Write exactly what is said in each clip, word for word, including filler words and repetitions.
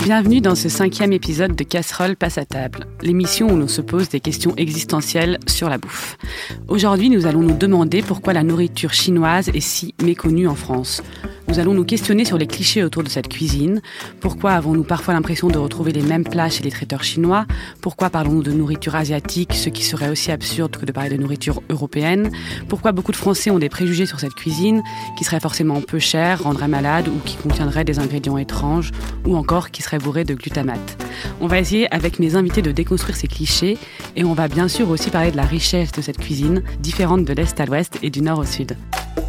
Bienvenue dans ce cinquième épisode de Casserole passe à table, l'émission où l'on se pose des questions existentielles sur la bouffe. Aujourd'hui, nous allons nous demander pourquoi la nourriture chinoise est si méconnue en France. Nous allons nous questionner sur les clichés autour de cette cuisine. Pourquoi avons-nous parfois l'impression de retrouver les mêmes plats chez les traiteurs chinois ? Pourquoi parlons-nous de nourriture asiatique, ce qui serait aussi absurde que de parler de nourriture européenne ? Pourquoi beaucoup de Français ont des préjugés sur cette cuisine, qui serait forcément peu chère, rendrait malade ou qui contiendrait des ingrédients étranges, ou encore qui serait bourré de glutamate ? On va essayer avec mes invités de déconstruire ces clichés et on va bien sûr aussi parler de la richesse de cette cuisine, différente de l'Est à l'Ouest et du Nord au Sud.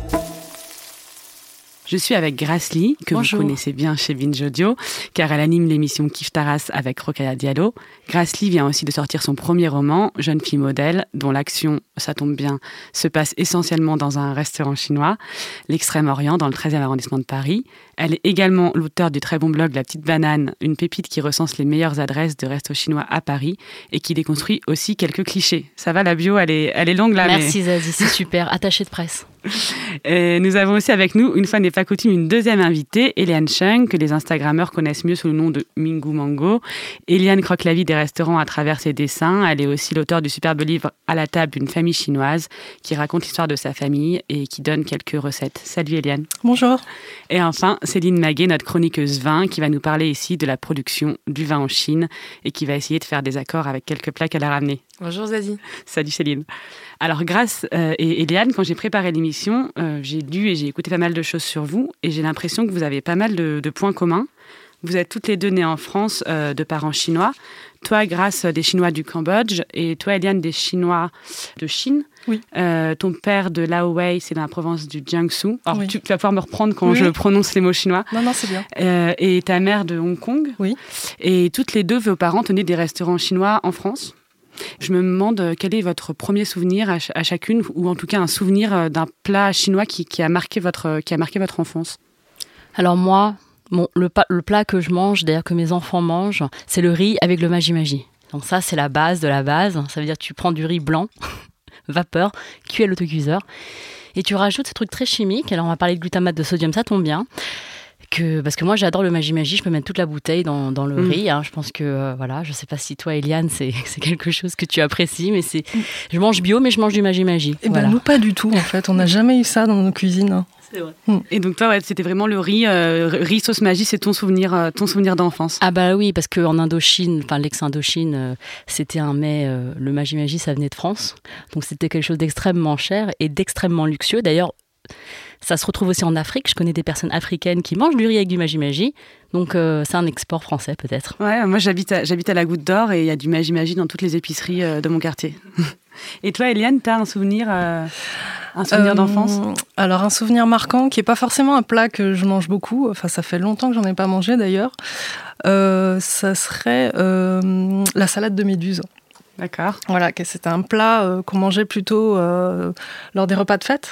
Je suis avec Grace Lee, que Bonjour. Vous connaissez bien chez Binge Audio, car elle anime l'émission Kif Taras avec Rokhaya Diallo. Grace Lee vient aussi de sortir son premier roman, Jeune fille modèle, dont l'action, ça tombe bien, se passe essentiellement dans un restaurant chinois, l'Extrême-Orient, dans le treizième arrondissement de Paris. Elle est également l'auteure du très bon blog La Petite Banane, une pépite qui recense les meilleures adresses de restos chinois à Paris et qui déconstruit aussi quelques clichés. Ça va, la bio, elle est, elle est longue là. Merci mais... Zazie, c'est super, attachée de presse. Et nous avons aussi avec nous, une fois n'est pas coutume, une deuxième invitée, Eliane Cheng, que les Instagrammeurs connaissent mieux sous le nom de Mingu Mango. Eliane croque la vie des restaurants à travers ses dessins. Elle est aussi l'auteure du superbe livre À la table d'une famille chinoise, qui raconte l'histoire de sa famille et qui donne quelques recettes. Salut Eliane. Bonjour. Et enfin, Céline Maguet, notre chroniqueuse vin, qui va nous parler ici de la production du vin en Chine et qui va essayer de faire des accords avec quelques plats qu'elle a ramenés. Bonjour Zazie. Salut Céline. Alors Grace euh, et Eliane, quand j'ai préparé l'émission, euh, j'ai lu et j'ai écouté pas mal de choses sur vous et j'ai l'impression que vous avez pas mal de, de points communs. Vous êtes toutes les deux nées en France euh, de parents chinois. Toi, Grace, des Chinois du Cambodge et toi, Eliane, des Chinois de Chine. Oui. Euh, ton père de Laowei, c'est dans la province du Jiangsu. Alors, oui. tu, tu vas pouvoir me reprendre quand oui. je prononce les mots chinois. Non, non, c'est bien. Euh, et ta mère de Hong Kong. Oui. Et toutes les deux, vos parents tenaient des restaurants chinois en France. Je me demande quel est votre premier souvenir à, ch- à chacune, ou en tout cas un souvenir d'un plat chinois qui, qui, a, marqué votre, qui a marqué votre enfance. Alors moi, mon, le, pa- le plat que je mange, d'ailleurs que mes enfants mangent, c'est le riz avec le magi-magi. Donc ça, c'est la base de la base. Ça veut dire que tu prends du riz blanc, vapeur, cuit à l'autocuiseur, et tu rajoutes ce truc très chimique. Alors on va parler de glutamate de sodium, ça tombe bien. Que, parce que moi j'adore le magi-magi, je peux mettre toute la bouteille dans, dans le mmh. riz, hein. Je pense que, euh, voilà, je sais pas si toi Eliane c'est, c'est quelque chose que tu apprécies, mais c'est, je mange bio mais je mange du magi-magi. Et voilà. ben nous pas du tout en fait, on n'a jamais eu ça dans nos cuisines. C'est vrai. Mmh. Et donc toi, ouais, c'était vraiment le riz, euh, riz sauce magie, c'est ton souvenir, euh, ton souvenir d'enfance. Ah bah oui, parce qu'en Indochine, enfin l'ex-Indochine, euh, c'était un mets, euh, le magi-magi ça venait de France, donc c'était quelque chose d'extrêmement cher et d'extrêmement luxueux. D'ailleurs, ça se retrouve aussi en Afrique. Je connais des personnes africaines qui mangent du riz avec du magi-magi. Donc, euh, c'est un export français, peut-être. Ouais, moi, j'habite à, j'habite à la Goutte d'Or et il y a du magi-magi dans toutes les épiceries euh, de mon quartier. Et toi, Eliane, tu as un souvenir, euh, un souvenir euh, d'enfance ? Alors, un souvenir marquant qui n'est pas forcément un plat que je mange beaucoup. Enfin, ça fait longtemps que j'en ai pas mangé, d'ailleurs. Euh, ça serait euh, la salade de méduse. D'accord. Voilà, c'était un plat euh, qu'on mangeait plutôt euh, lors des repas de fête.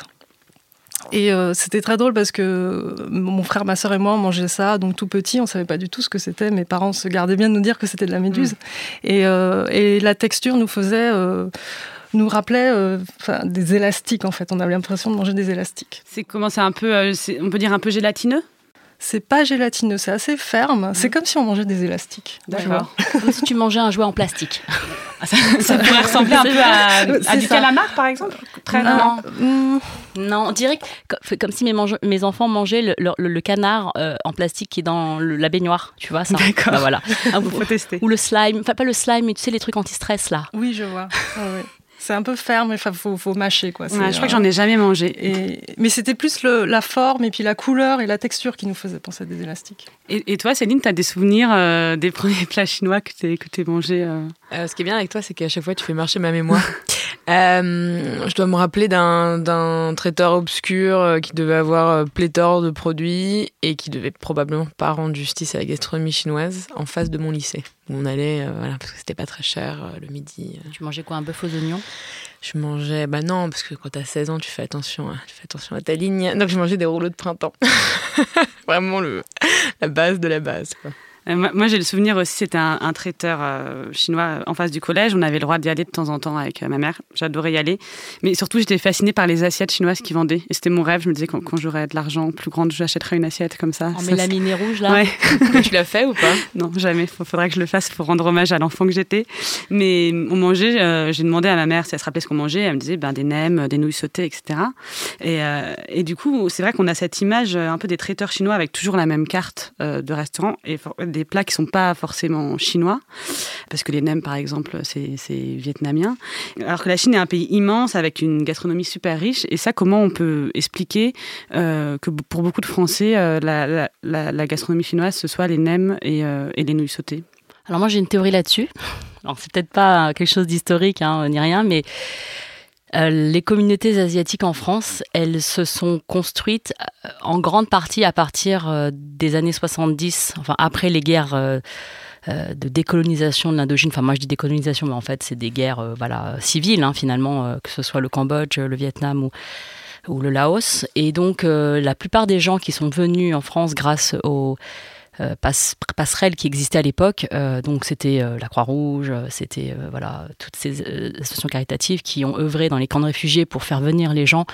Et euh, c'était très drôle parce que mon frère, ma sœur et moi, on mangeait ça, donc tout petit, on ne savait pas du tout ce que c'était. Mes parents se gardaient bien de nous dire que c'était de la méduse. Mmh. Et, euh, et la texture nous faisait, euh, nous rappelait euh, des élastiques, en fait. On avait l'impression de manger des élastiques. C'est comment, c'est un peu, euh, c'est, on peut dire un peu gélatineux ? C'est pas gélatineux, c'est assez ferme. C'est comme si on mangeait des élastiques. D'accord. Comme si tu mangeais un jouet en plastique. ça, ça pourrait ressembler un peu à, à du ça. calamar, par exemple. Très non. Non. non, on dirait que, comme si mes, mange, mes enfants mangeaient le, le, le canard euh, en plastique qui est dans le, la baignoire, tu vois ça. D'accord. Bah, voilà. Il faut tester. Ou le slime, enfin pas le slime, mais tu sais les trucs anti-stress là. Oui, je vois. Oh, oui. C'est un peu ferme, il faut, faut mâcher. Quoi. Ouais, je crois euh... que j'en ai jamais mangé. Et... Mais c'était plus le, la forme et puis la couleur et la texture qui nous faisaient penser à des élastiques. Et, et toi, Céline, tu as des souvenirs euh, des premiers plats chinois que tu as mangés euh... euh, Ce qui est bien avec toi, c'est qu'à chaque fois, tu fais marcher ma mémoire. euh, je dois me rappeler d'un, d'un traiteur obscur euh, qui devait avoir euh, pléthore de produits et qui devait probablement pas rendre justice à la gastronomie chinoise en face de mon lycée. Où on allait, euh, voilà, parce que c'était pas très cher euh, le midi. Euh. Tu mangeais quoi, un bœuf aux oignons ? Je mangeais, bah non, parce que quand t'as seize ans, tu fais attention, hein, tu fais attention à ta ligne. Donc je mangeais des rouleaux de printemps. Vraiment le, la base de la base, quoi. Euh, moi, moi, j'ai le souvenir aussi, c'était un, un traiteur euh, chinois en face du collège. On avait le droit d'y aller de temps en temps avec euh, ma mère. J'adorais y aller. Mais surtout, j'étais fascinée par les assiettes chinoises qu'ils vendaient. Et c'était mon rêve. Je me disais, quand, quand j'aurais de l'argent plus grande, j'achèterais une assiette comme ça. En ça, mélamine rouge, là. Ouais. Tu l'as fait ou pas? Non, jamais. Il faudrait que je le fasse pour rendre hommage à l'enfant que j'étais. Mais on mangeait, euh, j'ai demandé à ma mère si elle se rappelait ce qu'on mangeait. Elle me disait ben, des nems, des nouilles sautées, et cetera. Et, euh, et du coup, c'est vrai qu'on a cette image un peu des traiteurs chinois avec toujours la même carte euh, de restaurant et for- des plats qui ne sont pas forcément chinois. Parce que les nems, par exemple, c'est, c'est vietnamien. Alors que la Chine est un pays immense avec une gastronomie super riche. Et ça, comment on peut expliquer euh, que pour beaucoup de Français, euh, la, la, la, la gastronomie chinoise, ce soit les nems et, euh, et les nouilles sautées? Alors moi, j'ai une théorie là-dessus. Alors, c'est peut-être pas quelque chose d'historique, hein, ni rien, mais euh, les communautés asiatiques en France, elles se sont construites euh, en grande partie à partir euh, des années soixante-dix, enfin après les guerres euh, euh, de décolonisation de l'Indochine. Enfin, moi je dis décolonisation, mais en fait, c'est des guerres euh, voilà, civiles, hein, finalement, euh, que ce soit le Cambodge, le Vietnam ou, ou le Laos. Et donc, euh, la plupart des gens qui sont venus en France grâce aux Euh, passe, passerelle qui existait à l'époque, euh, donc c'était euh, la Croix-Rouge, c'était euh, voilà, toutes ces euh, associations caritatives qui ont œuvré dans les camps de réfugiés pour faire venir les gens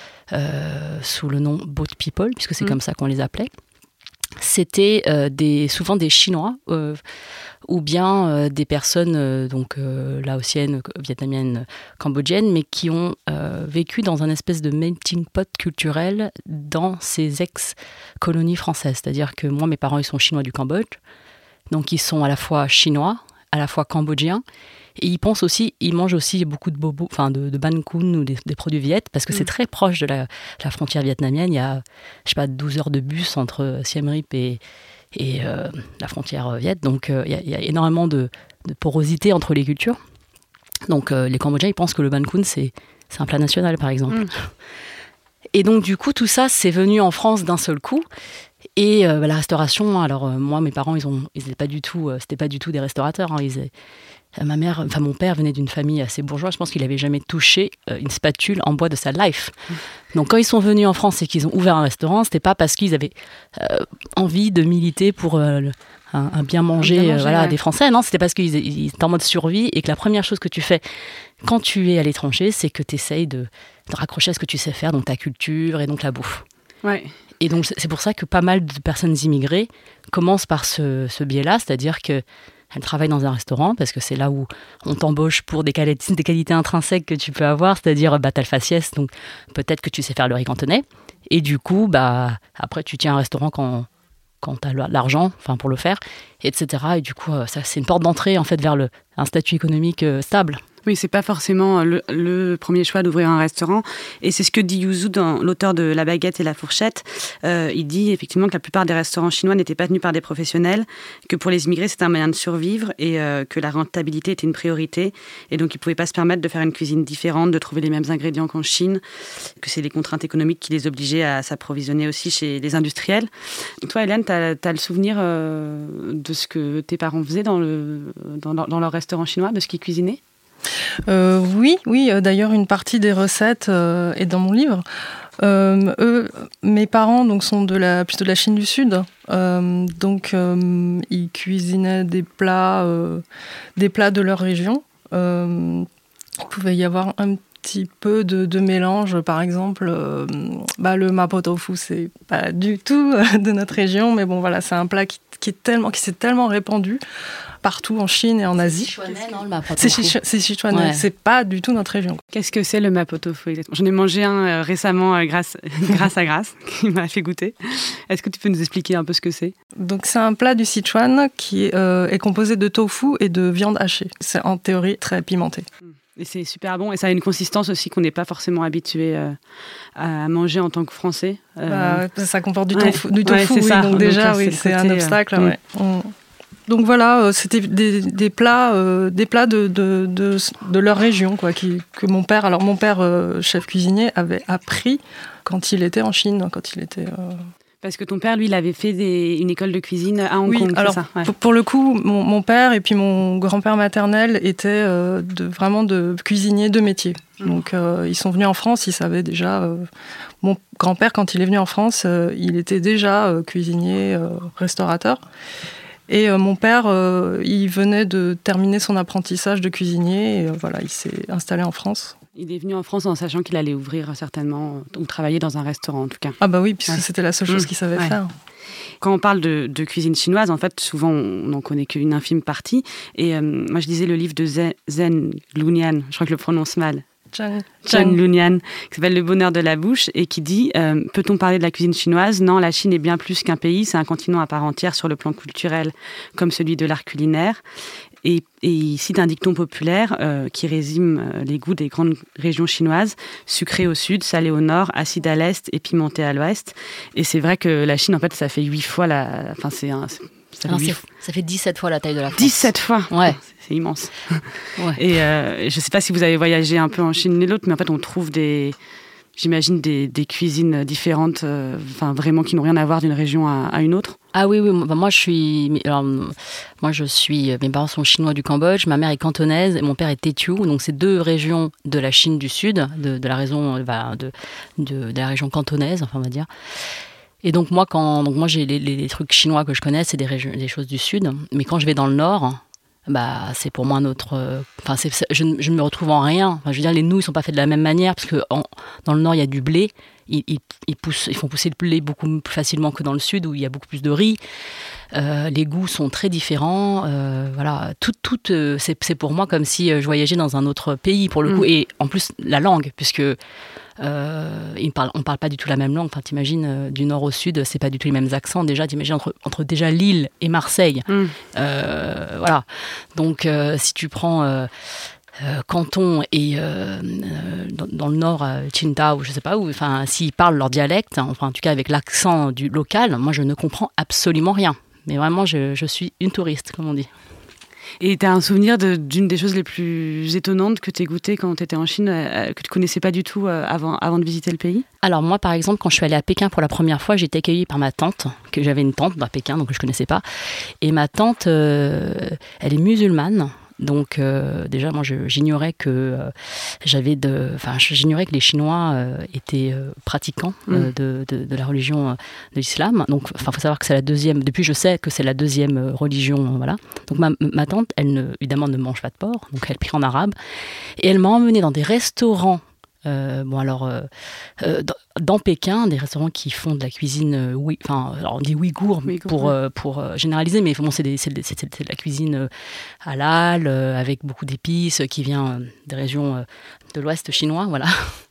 euh, sous le nom Boat People, puisque c'est mmh. comme ça qu'on les appelait. C'était euh, des, souvent des Chinois euh, ou bien euh, des personnes euh, donc euh, laotiennes, vietnamiennes, cambodgiennes, mais qui ont euh, vécu dans un espèce de melting pot culturel dans ces ex-colonies françaises. C'est-à-dire que moi, mes parents, ils sont chinois du Cambodge, donc ils sont à la fois chinois, à la fois cambodgiens, et ils pensent aussi, ils mangent aussi beaucoup de bobo, enfin de, de ban kun ou des, des produits viet, parce que mmh. c'est très proche de la, la frontière vietnamienne. Il y a, je sais pas, douze heures de bus entre Siem Reap et et euh, la frontière viet. Donc, il euh, y, y a énormément de, de porosité entre les cultures. Donc, euh, les Cambodgiens, ils pensent que le ban kun, c'est, c'est un plat national, par exemple. Mm. Et donc, du coup, tout ça, c'est venu en France d'un seul coup. Et euh, bah, la restauration, alors euh, moi, mes parents, ils ont, ils étaient pas du tout, euh, c'était pas du tout des restaurateurs. Hein, ils étaient, euh, ma mère, enfin mon père venait d'une famille assez bourgeoise. Je pense qu'il avait jamais touché euh, une spatule en bois de sa life. Mmh. Donc quand ils sont venus en France et qu'ils ont ouvert un restaurant, c'était pas parce qu'ils avaient euh, envie de militer pour euh, le, un, un bien manger, un bien manger euh, voilà, ouais. des Français. Non, c'était parce qu'ils ils étaient en mode survie et que la première chose que tu fais quand tu es à l'étranger, c'est que tu essayes de, de raccrocher à ce que tu sais faire, donc ta culture et donc la bouffe. Ouais. Et donc, c'est pour ça que pas mal de personnes immigrées commencent par ce, ce biais-là, c'est-à-dire qu'elles travaillent dans un restaurant, parce que c'est là où on t'embauche pour des qualités, des qualités intrinsèques que tu peux avoir, c'est-à-dire, bah, t'as le faciès, donc peut-être que tu sais faire le riz cantonais, et du coup, bah, après, tu tiens un restaurant quand, quand t'as l'argent, enfin, pour le faire, et cetera. Et du coup, ça, c'est une porte d'entrée, en fait, vers le, un statut économique euh, stable. Oui, c'est pas forcément le, le premier choix d'ouvrir un restaurant. Et c'est ce que dit Yu Zhu, l'auteur de La baguette et la fourchette. Euh, il dit effectivement que la plupart des restaurants chinois n'étaient pas tenus par des professionnels, que pour les immigrés, c'était un moyen de survivre et euh, que la rentabilité était une priorité. Et donc, ils ne pouvaient pas se permettre de faire une cuisine différente, de trouver les mêmes ingrédients qu'en Chine, que c'est les contraintes économiques qui les obligeaient à s'approvisionner aussi chez les industriels. Et toi, Hélène, tu as le souvenir euh, de ce que tes parents faisaient dans, le, dans, dans leur restaurant chinois, de ce qu'ils cuisinaient ? Euh, oui, oui. D'ailleurs, une partie des recettes euh, est dans mon livre. Euh, eux, mes parents donc sont de la plutôt de la Chine du Sud, euh, donc euh, ils cuisinaient des plats, euh, des plats de leur région. Euh, il pouvait y avoir un petit peu de, de mélange, par exemple, euh, bah, le mapo tofu, c'est pas du tout de notre région, mais bon voilà, c'est un plat qui, qui est tellement, qui s'est tellement répandu partout en Chine et en Asie. C'est Sichuanais, non, le mapo tofu. C'est, c'est, c'est Sichuanais, ouais. C'est pas du tout notre région. Qu'est-ce que c'est le mapo tofu exactement ? J'en ai mangé un euh, récemment euh, grâce, grâce à Grâce, qui m'a fait goûter. Est-ce que tu peux nous expliquer un peu ce que c'est ? Donc c'est un plat du Sichuan qui euh, est composé de tofu et de viande hachée. C'est en théorie très pimenté. Et c'est super bon. Et ça a une consistance aussi qu'on n'est pas forcément habitué euh, à manger en tant que Français. Euh... Bah, ça comporte du tofu, ouais. du tofu ouais, c'est oui, ça. donc, donc déjà, oui, c'est, c'est un obstacle. Euh... Ouais. On... Donc voilà, euh, c'était des, des plats, euh, des plats de, de, de, de leur région, quoi, qui, que mon père, alors mon père, euh, chef cuisinier, avait appris quand il était en Chine, quand il était... Euh... Parce que ton père, lui, il avait fait des, une école de cuisine à Hong oui, Kong, alors, c'est ça ouais. pour, pour le coup, mon, mon père et puis mon grand-père maternel étaient euh, de, vraiment de cuisiniers de métier. Mmh. Donc, euh, ils sont venus en France, ils savaient déjà... Euh, mon grand-père, quand il est venu en France, euh, il était déjà euh, cuisinier, euh, restaurateur. Et euh, mon père, euh, il venait de terminer son apprentissage de cuisinier. Et euh, voilà, il s'est installé en France. Il est venu en France en sachant qu'il allait ouvrir certainement, ou travailler dans un restaurant en tout cas. Ah bah oui, puisque ouais. c'était la seule chose mmh. qu'il savait ouais. faire. Quand on parle de, de cuisine chinoise, en fait, souvent, on n'en connaît qu'une infime partie. Et euh, moi, je lisais le livre de Zen, Zen Lunian, je crois que je le prononce mal. Zhang, Zhang Lunian, qui s'appelle Le bonheur de la bouche, et qui dit euh, « Peut-on parler de la cuisine chinoise ? Non, la Chine est bien plus qu'un pays, c'est un continent à part entière sur le plan culturel, comme celui de l'art culinaire. » Et, et il cite un dicton populaire euh, qui résume euh, les goûts des grandes régions chinoises, sucré au sud, salé au nord, acide à l'est et pimenté à l'ouest. Et c'est vrai que la Chine, en fait, ça fait huit fois la... Enfin, c'est un... Ça fait, Non, ça fait dix-sept fois la taille de la France. dix-sept fois Ouais. C'est, c'est immense. Ouais. Et euh, je ne sais pas si vous avez voyagé un peu en Chine et l'autre, mais en fait, on trouve des... J'imagine des, des cuisines différentes, euh, enfin vraiment qui n'ont rien à voir d'une région à, à une autre. Ah oui, oui. Bah moi, je suis. Alors, moi, je suis. Mes parents sont chinois du Cambodge. Ma mère est cantonaise et mon père est tétu. Donc, c'est deux régions de la Chine du Sud, de, de la région, bah, de, de, de la région cantonaise, enfin, on va dire. Et donc moi, quand, donc moi, j'ai les, les, les trucs chinois que je connais, c'est des régions, des choses du Sud. Mais quand je vais dans le Nord. Bah, c'est pour moi un autre. Enfin, c'est, c'est, je, je ne me retrouve en rien. Enfin, je veux dire, les nouilles ne sont pas faites de la même manière parce que en, dans le Nord, il y a du blé. Ils, ils, ils, poussent, ils font pousser le blé beaucoup plus facilement que dans le Sud où il y a beaucoup plus de riz. Euh, les goûts sont très différents. Euh, voilà, tout, tout, euh, c'est, c'est pour moi comme si je voyageais dans un autre pays pour le coup. Mmh. Et en plus, la langue, puisque euh, ils parlent, on ne parle pas du tout la même langue. Enfin, t'imagines, euh, du nord au sud, c'est pas du tout les mêmes accents. Déjà, t'imagines entre, entre déjà Lille et Marseille. Mmh. Euh, voilà. Donc, euh, si tu prends euh, euh, Canton et euh, dans, dans le nord, euh, Qingdao, je sais pas où, enfin, s'ils parlent leur dialecte, hein, enfin, en tout cas avec l'accent du local, moi, je ne comprends absolument rien. Mais vraiment, je, je suis une touriste, comme on dit. Et tu as un souvenir de, d'une des choses les plus étonnantes que tu as goûtées quand tu étais en Chine, euh, que tu ne connaissais pas du tout euh, avant, avant de visiter le pays ? Alors moi, par exemple, quand je suis allée à Pékin pour la première fois, j'ai été accueillie par ma tante, que j'avais une tante à Pékin, donc que je ne connaissais pas. Et ma tante, euh, elle est musulmane. Donc euh, déjà, moi, je, j'ignorais que euh, j'avais de, enfin, j'ignorais que les Chinois euh, étaient euh, pratiquants euh, de, de, de la religion euh, de l'islam. Donc, enfin, faut savoir que c'est la deuxième. Depuis, je sais que c'est la deuxième euh, religion, euh, voilà. Donc, ma, ma tante, elle ne, évidemment, ne mange pas de porc, donc elle prie en arabe, et elle m'a emmenée dans des restaurants. Euh, bon alors euh, euh, dans, dans Pékin, des restaurants qui font de la cuisine, euh, oui, enfin alors on dit ouïghour pour euh, pour euh, généraliser, mais bon c'est des, c'est, c'est, c'est de la cuisine euh, halal euh, avec beaucoup d'épices qui vient euh, des régions euh, de l'Ouest chinois, voilà.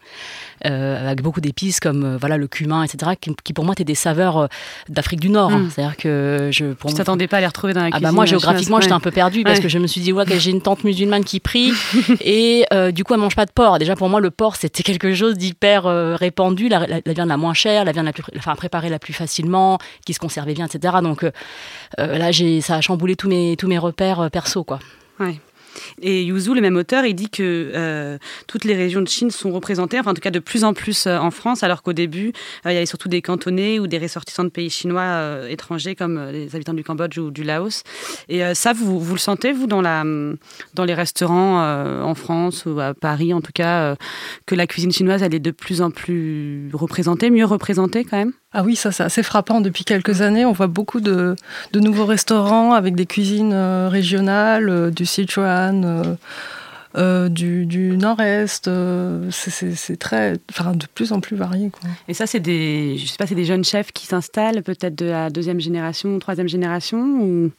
Euh, avec beaucoup d'épices comme euh, voilà, le cumin, et cetera, qui, qui pour moi étaient des saveurs euh, d'Afrique du Nord. Mmh. Hein. C'est-à-dire que je. Pour tu ne t'attendais pas à les retrouver dans la cuisine. Ah bah moi, géographiquement, ouais. j'étais un peu perdue parce ouais. que je me suis dit, ouais, j'ai une tante musulmane qui prie et euh, du coup, elle ne mange pas de porc. Déjà, pour moi, le porc, c'était quelque chose d'hyper euh, répandu, la, la, la viande la moins chère, la viande la plus, enfin, préparée la plus facilement, qui se conservait bien, et cetera. Donc euh, là, j'ai, ça a chamboulé tous mes, tous mes repères euh, perso, quoi. Ouais. Et Yu Zhu, le même auteur, il dit que euh, toutes les régions de Chine sont représentées, enfin en tout cas de plus en plus euh, en France, alors qu'au début, euh, il y avait surtout des cantonnais ou des ressortissants de pays chinois euh, étrangers comme euh, les habitants du Cambodge ou du Laos. Et euh, ça, vous, vous le sentez, vous, dans, la, dans les restaurants euh, en France ou à Paris, en tout cas, euh, que la cuisine chinoise, elle est de plus en plus représentée, mieux représentée quand même ? Ah oui, ça c'est assez frappant. Depuis quelques années, on voit beaucoup de, de nouveaux restaurants avec des cuisines euh, régionales, euh, du Sichuan, euh, euh, du, du Nord-Est. Euh, c'est, c'est, c'est très, enfin, de plus en plus varié, quoi. Et ça, c'est des, je sais pas, c'est des jeunes chefs qui s'installent, peut-être de la deuxième génération, troisième génération ou...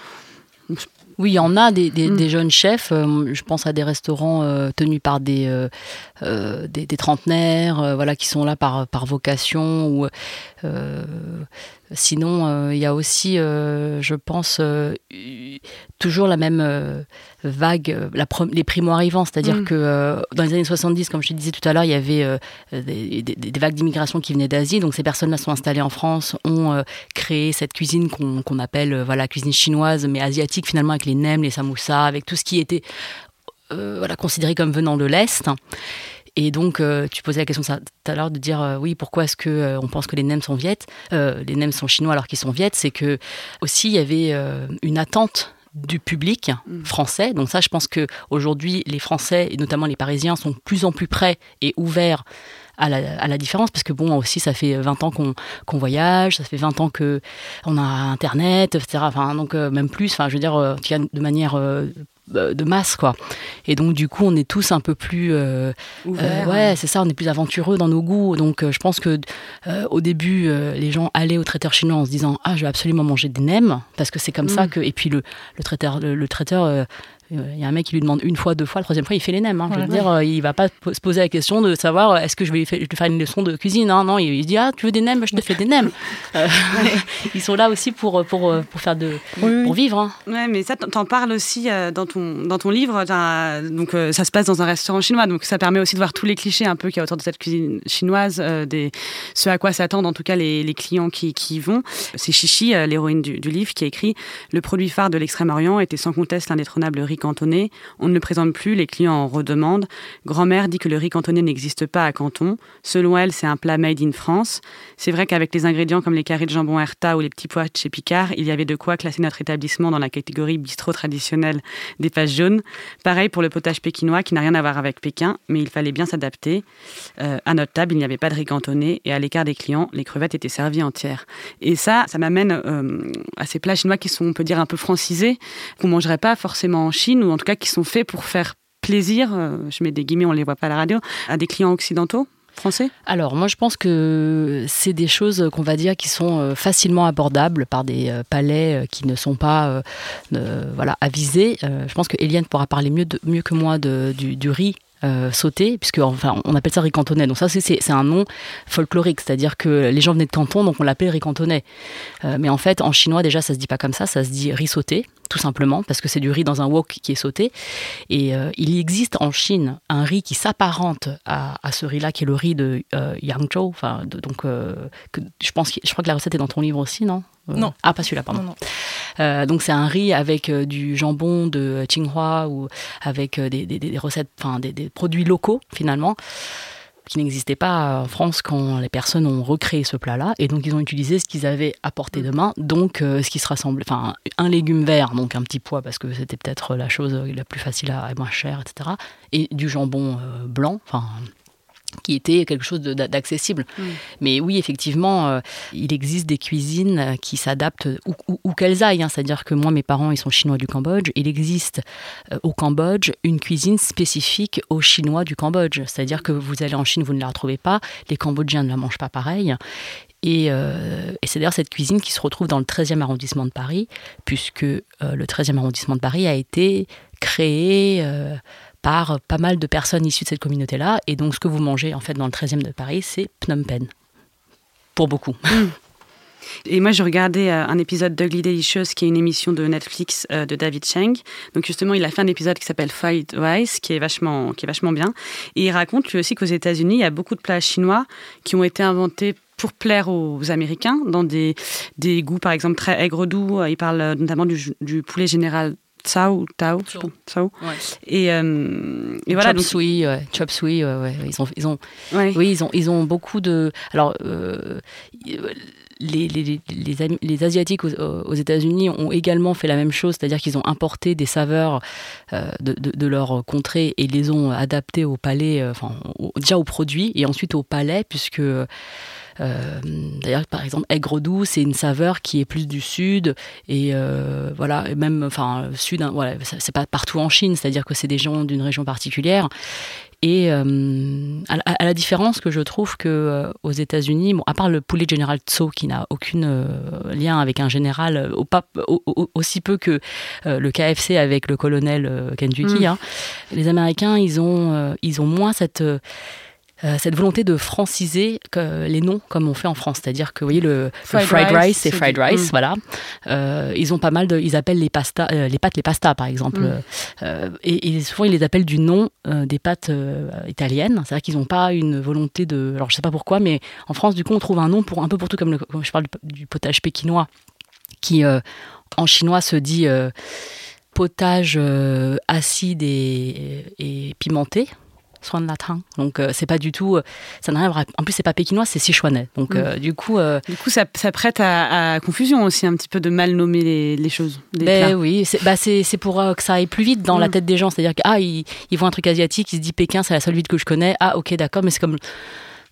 Oui, il y en a des, des, mmh. des jeunes chefs. Euh, je pense à des restaurants euh, tenus par des, euh, euh, des, des trentenaires, euh, voilà, qui sont là par, par vocation. Ou, euh, sinon, il euh, y a aussi, euh, je pense, euh, toujours la même euh, vague, la pre- les primo-arrivants. C'est-à-dire mmh. que euh, dans les années soixante-dix, comme je te disais tout à l'heure, il y avait euh, des, des, des vagues d'immigration qui venaient d'Asie. Donc ces personnes-là sont installées en France, ont euh, créé cette cuisine qu'on, qu'on appelle euh, voilà, cuisine chinoise, mais asiatique finalement, avec les nems, les samoussas, avec tout ce qui était euh, voilà, considéré comme venant de l'Est. Et donc, euh, tu posais la question tout à l'heure de dire, euh, oui, pourquoi est-ce qu'on euh, pense que les nems sont viettes, euh, les nems sont chinois alors qu'ils sont viettes, c'est que aussi il y avait euh, une attente du public français. Donc ça, je pense qu'aujourd'hui, les Français, et notamment les Parisiens, sont de plus en plus prêts et ouverts à la, à la différence, parce que bon, aussi, ça fait vingt ans qu'on, qu'on voyage, ça fait vingt ans qu'on a Internet, et cetera. Enfin, donc, euh, même plus, enfin, je veux dire, euh, de manière... Euh, de masse, quoi. Et donc, du coup, on est tous un peu plus... Euh, Ouvert, euh, ouais, hein. c'est ça, on est plus aventureux dans nos goûts. Donc, euh, je pense que euh, au début, euh, les gens allaient au traiteur chinois en se disant « Ah, je vais absolument manger des nems », parce que c'est comme mmh. ça que... Et puis, le, le traiteur... Le, le traiteur euh, il y a un mec qui lui demande une fois, deux fois, la troisième fois, il fait les nems. Hein. Je veux ouais, dire, ouais. il va pas se poser la question de savoir est-ce que je vais lui faire, lui faire une leçon de cuisine. Hein. Non, il dit ah, tu veux des nems, je te fais des nems. euh, ils sont là aussi pour pour pour faire de oui, pour vivre. Hein. Ouais, mais ça, t'en parles aussi euh, dans ton dans ton livre. Donc euh, ça se passe dans un restaurant chinois, donc ça permet aussi de voir tous les clichés un peu qu'il y a autour de cette cuisine chinoise, euh, des ce à quoi s'attendent en tout cas les, les clients qui qui y vont. C'est Chichi, euh, l'héroïne du, du livre, qui a écrit le produit phare de l'Extrême-Orient était sans conteste l'indétrônable riz cantonais. On ne le présente plus, les clients en redemandent. Grand-mère dit que le riz cantonais n'existe pas à Canton. Selon elle, c'est un plat made in France. C'est vrai qu'avec les ingrédients comme les carrés de jambon Herta ou les petits pois de chez Picard, il y avait de quoi classer notre établissement dans la catégorie bistrot traditionnel des pages jaunes. Pareil pour le potage pékinois qui n'a rien à voir avec Pékin, mais il fallait bien s'adapter. Euh, à notre table, il n'y avait pas de riz cantonais et à l'écart des clients, les crevettes étaient servies entières. Et ça, ça m'amène euh, à ces plats chinois qui sont, on peut dire, un peu francisés, qu'on ne mangerait pas forcément en Chine, ou en tout cas qui sont faits pour faire plaisir, euh, je mets des guillemets, on ne les voit pas à la radio, à des clients occidentaux, français ? Alors, moi, je pense que c'est des choses qu'on va dire qui sont euh, facilement abordables par des euh, palais euh, qui ne sont pas euh, euh, voilà, avisés. Euh, je pense que Eliane pourra parler mieux, de, mieux que moi de, du, du riz Euh, sauté, puisque enfin on appelle ça riz cantonais. Donc ça c'est, c'est, c'est un nom folklorique, c'est-à-dire que les gens venaient de Canton, donc on l'appelait riz cantonais. Euh, mais en fait, en chinois déjà, ça se dit pas comme ça, ça se dit riz sauté, tout simplement, parce que c'est du riz dans un wok qui est sauté. Et euh, il existe en Chine un riz qui s'apparente à, à ce riz-là, qui est le riz de euh, Yangzhou. Enfin, de, donc euh, que, je pense, que, je crois que la recette est dans ton livre aussi, non ? Euh, Non. Ah, pas celui-là, pardon. Non, non. Euh, donc c'est un riz avec euh, du jambon de Tsinghua ou avec euh, des, des, des recettes, enfin des, des produits locaux finalement, qui n'existaient pas en France quand les personnes ont recréé ce plat-là. Et donc ils ont utilisé ce qu'ils avaient à portée de main, donc euh, ce qui se rassemblait, enfin un légume vert, donc un petit pois parce que c'était peut-être la chose la plus facile à, et moins chère, et cetera. Et du jambon euh, blanc, enfin. Qui était quelque chose de, d'accessible. Mmh. Mais oui, effectivement, euh, il existe des cuisines qui s'adaptent où, où, où qu'elles aillent. Hein. C'est-à-dire que moi, mes parents, ils sont chinois du Cambodge. Il existe euh, au Cambodge une cuisine spécifique aux Chinois du Cambodge. C'est-à-dire que vous allez en Chine, vous ne la retrouvez pas. Les Cambodgiens ne la mangent pas pareil. Et, euh, et c'est d'ailleurs cette cuisine qui se retrouve dans le treizième arrondissement de Paris, puisque euh, le treizième arrondissement de Paris a été créé... Euh, par pas mal de personnes issues de cette communauté-là. Et donc, ce que vous mangez, en fait, dans le treizième de Paris, c'est Phnom Penh. Pour beaucoup. Mmh. Et moi, je regardais euh, un épisode d'Ugly Delicious, qui est une émission de Netflix euh, de David Cheng. Donc, justement, il a fait un épisode qui s'appelle Fried Rice, qui est vachement, qui est vachement bien. Et il raconte, lui aussi, qu'aux États-Unis, il y a beaucoup de plats chinois qui ont été inventés pour plaire aux Américains, dans des, des goûts, par exemple, très aigre-doux. Il parle notamment du, du poulet général Tsao, Tao, Tsao. Ouais. Et, euh, et voilà. Chop donc... suey, ouais. Chop suey, ouais, ouais. Ils ont, ils ont, ouais. oui, ils ont, ils ont beaucoup de. Alors, euh, les, les, les, les Asiatiques aux, aux États-Unis ont également fait la même chose, c'est-à-dire qu'ils ont importé des saveurs euh, de, de, de leur contrée et les ont adaptées au palais, euh, enfin, au, déjà aux produits et ensuite au palais, puisque. Euh, d'ailleurs, par exemple, aigre doux, c'est une saveur qui est plus du sud et euh, voilà, et même, enfin, sud, hein, voilà, c'est pas partout en Chine, c'est-à-dire que c'est des gens d'une région particulière. Et euh, à, la, à la différence que je trouve que euh, aux États-Unis, bon, à part le poulet général Tso qui n'a aucun euh, lien avec un général, au, pas, au, au, aussi peu que euh, le K F C avec le colonel euh, Kentucky, mmh. hein, les Américains, ils ont, euh, ils ont moins cette euh, Euh, cette volonté de franciser que les noms comme on fait en France, c'est-à-dire que vous voyez le fried, le fried rice, rice c'est, c'est fried rice, mmh. voilà. Euh, ils ont pas mal de, ils appellent les pastas, euh, les pâtes les pastas par exemple, mmh. euh, et, et souvent ils les appellent du nom euh, des pâtes euh, italiennes. C'est-à-dire qu'ils n'ont pas une volonté de, alors je sais pas pourquoi, mais en France du coup on trouve un nom pour un peu pour tout comme le, comme je parle du, du potage pékinois, qui euh, en chinois se dit euh, potage euh, acide et, et pimenté. Soin de latin. Donc euh, c'est pas du tout, euh, ça n'a rien à voir. En plus c'est pas pékinois, c'est sichuanais. Donc euh, mmh. du coup, euh, du coup ça, ça prête à, à confusion aussi un petit peu de mal nommer les, les choses. Les ben plats. oui, c'est, bah c'est, c'est pour euh, que ça aille plus vite dans mmh. la tête des gens. C'est-à-dire que ah ils, ils voient un truc asiatique, ils se disent Pékin c'est la seule ville que je connais. Ah ok d'accord, mais c'est comme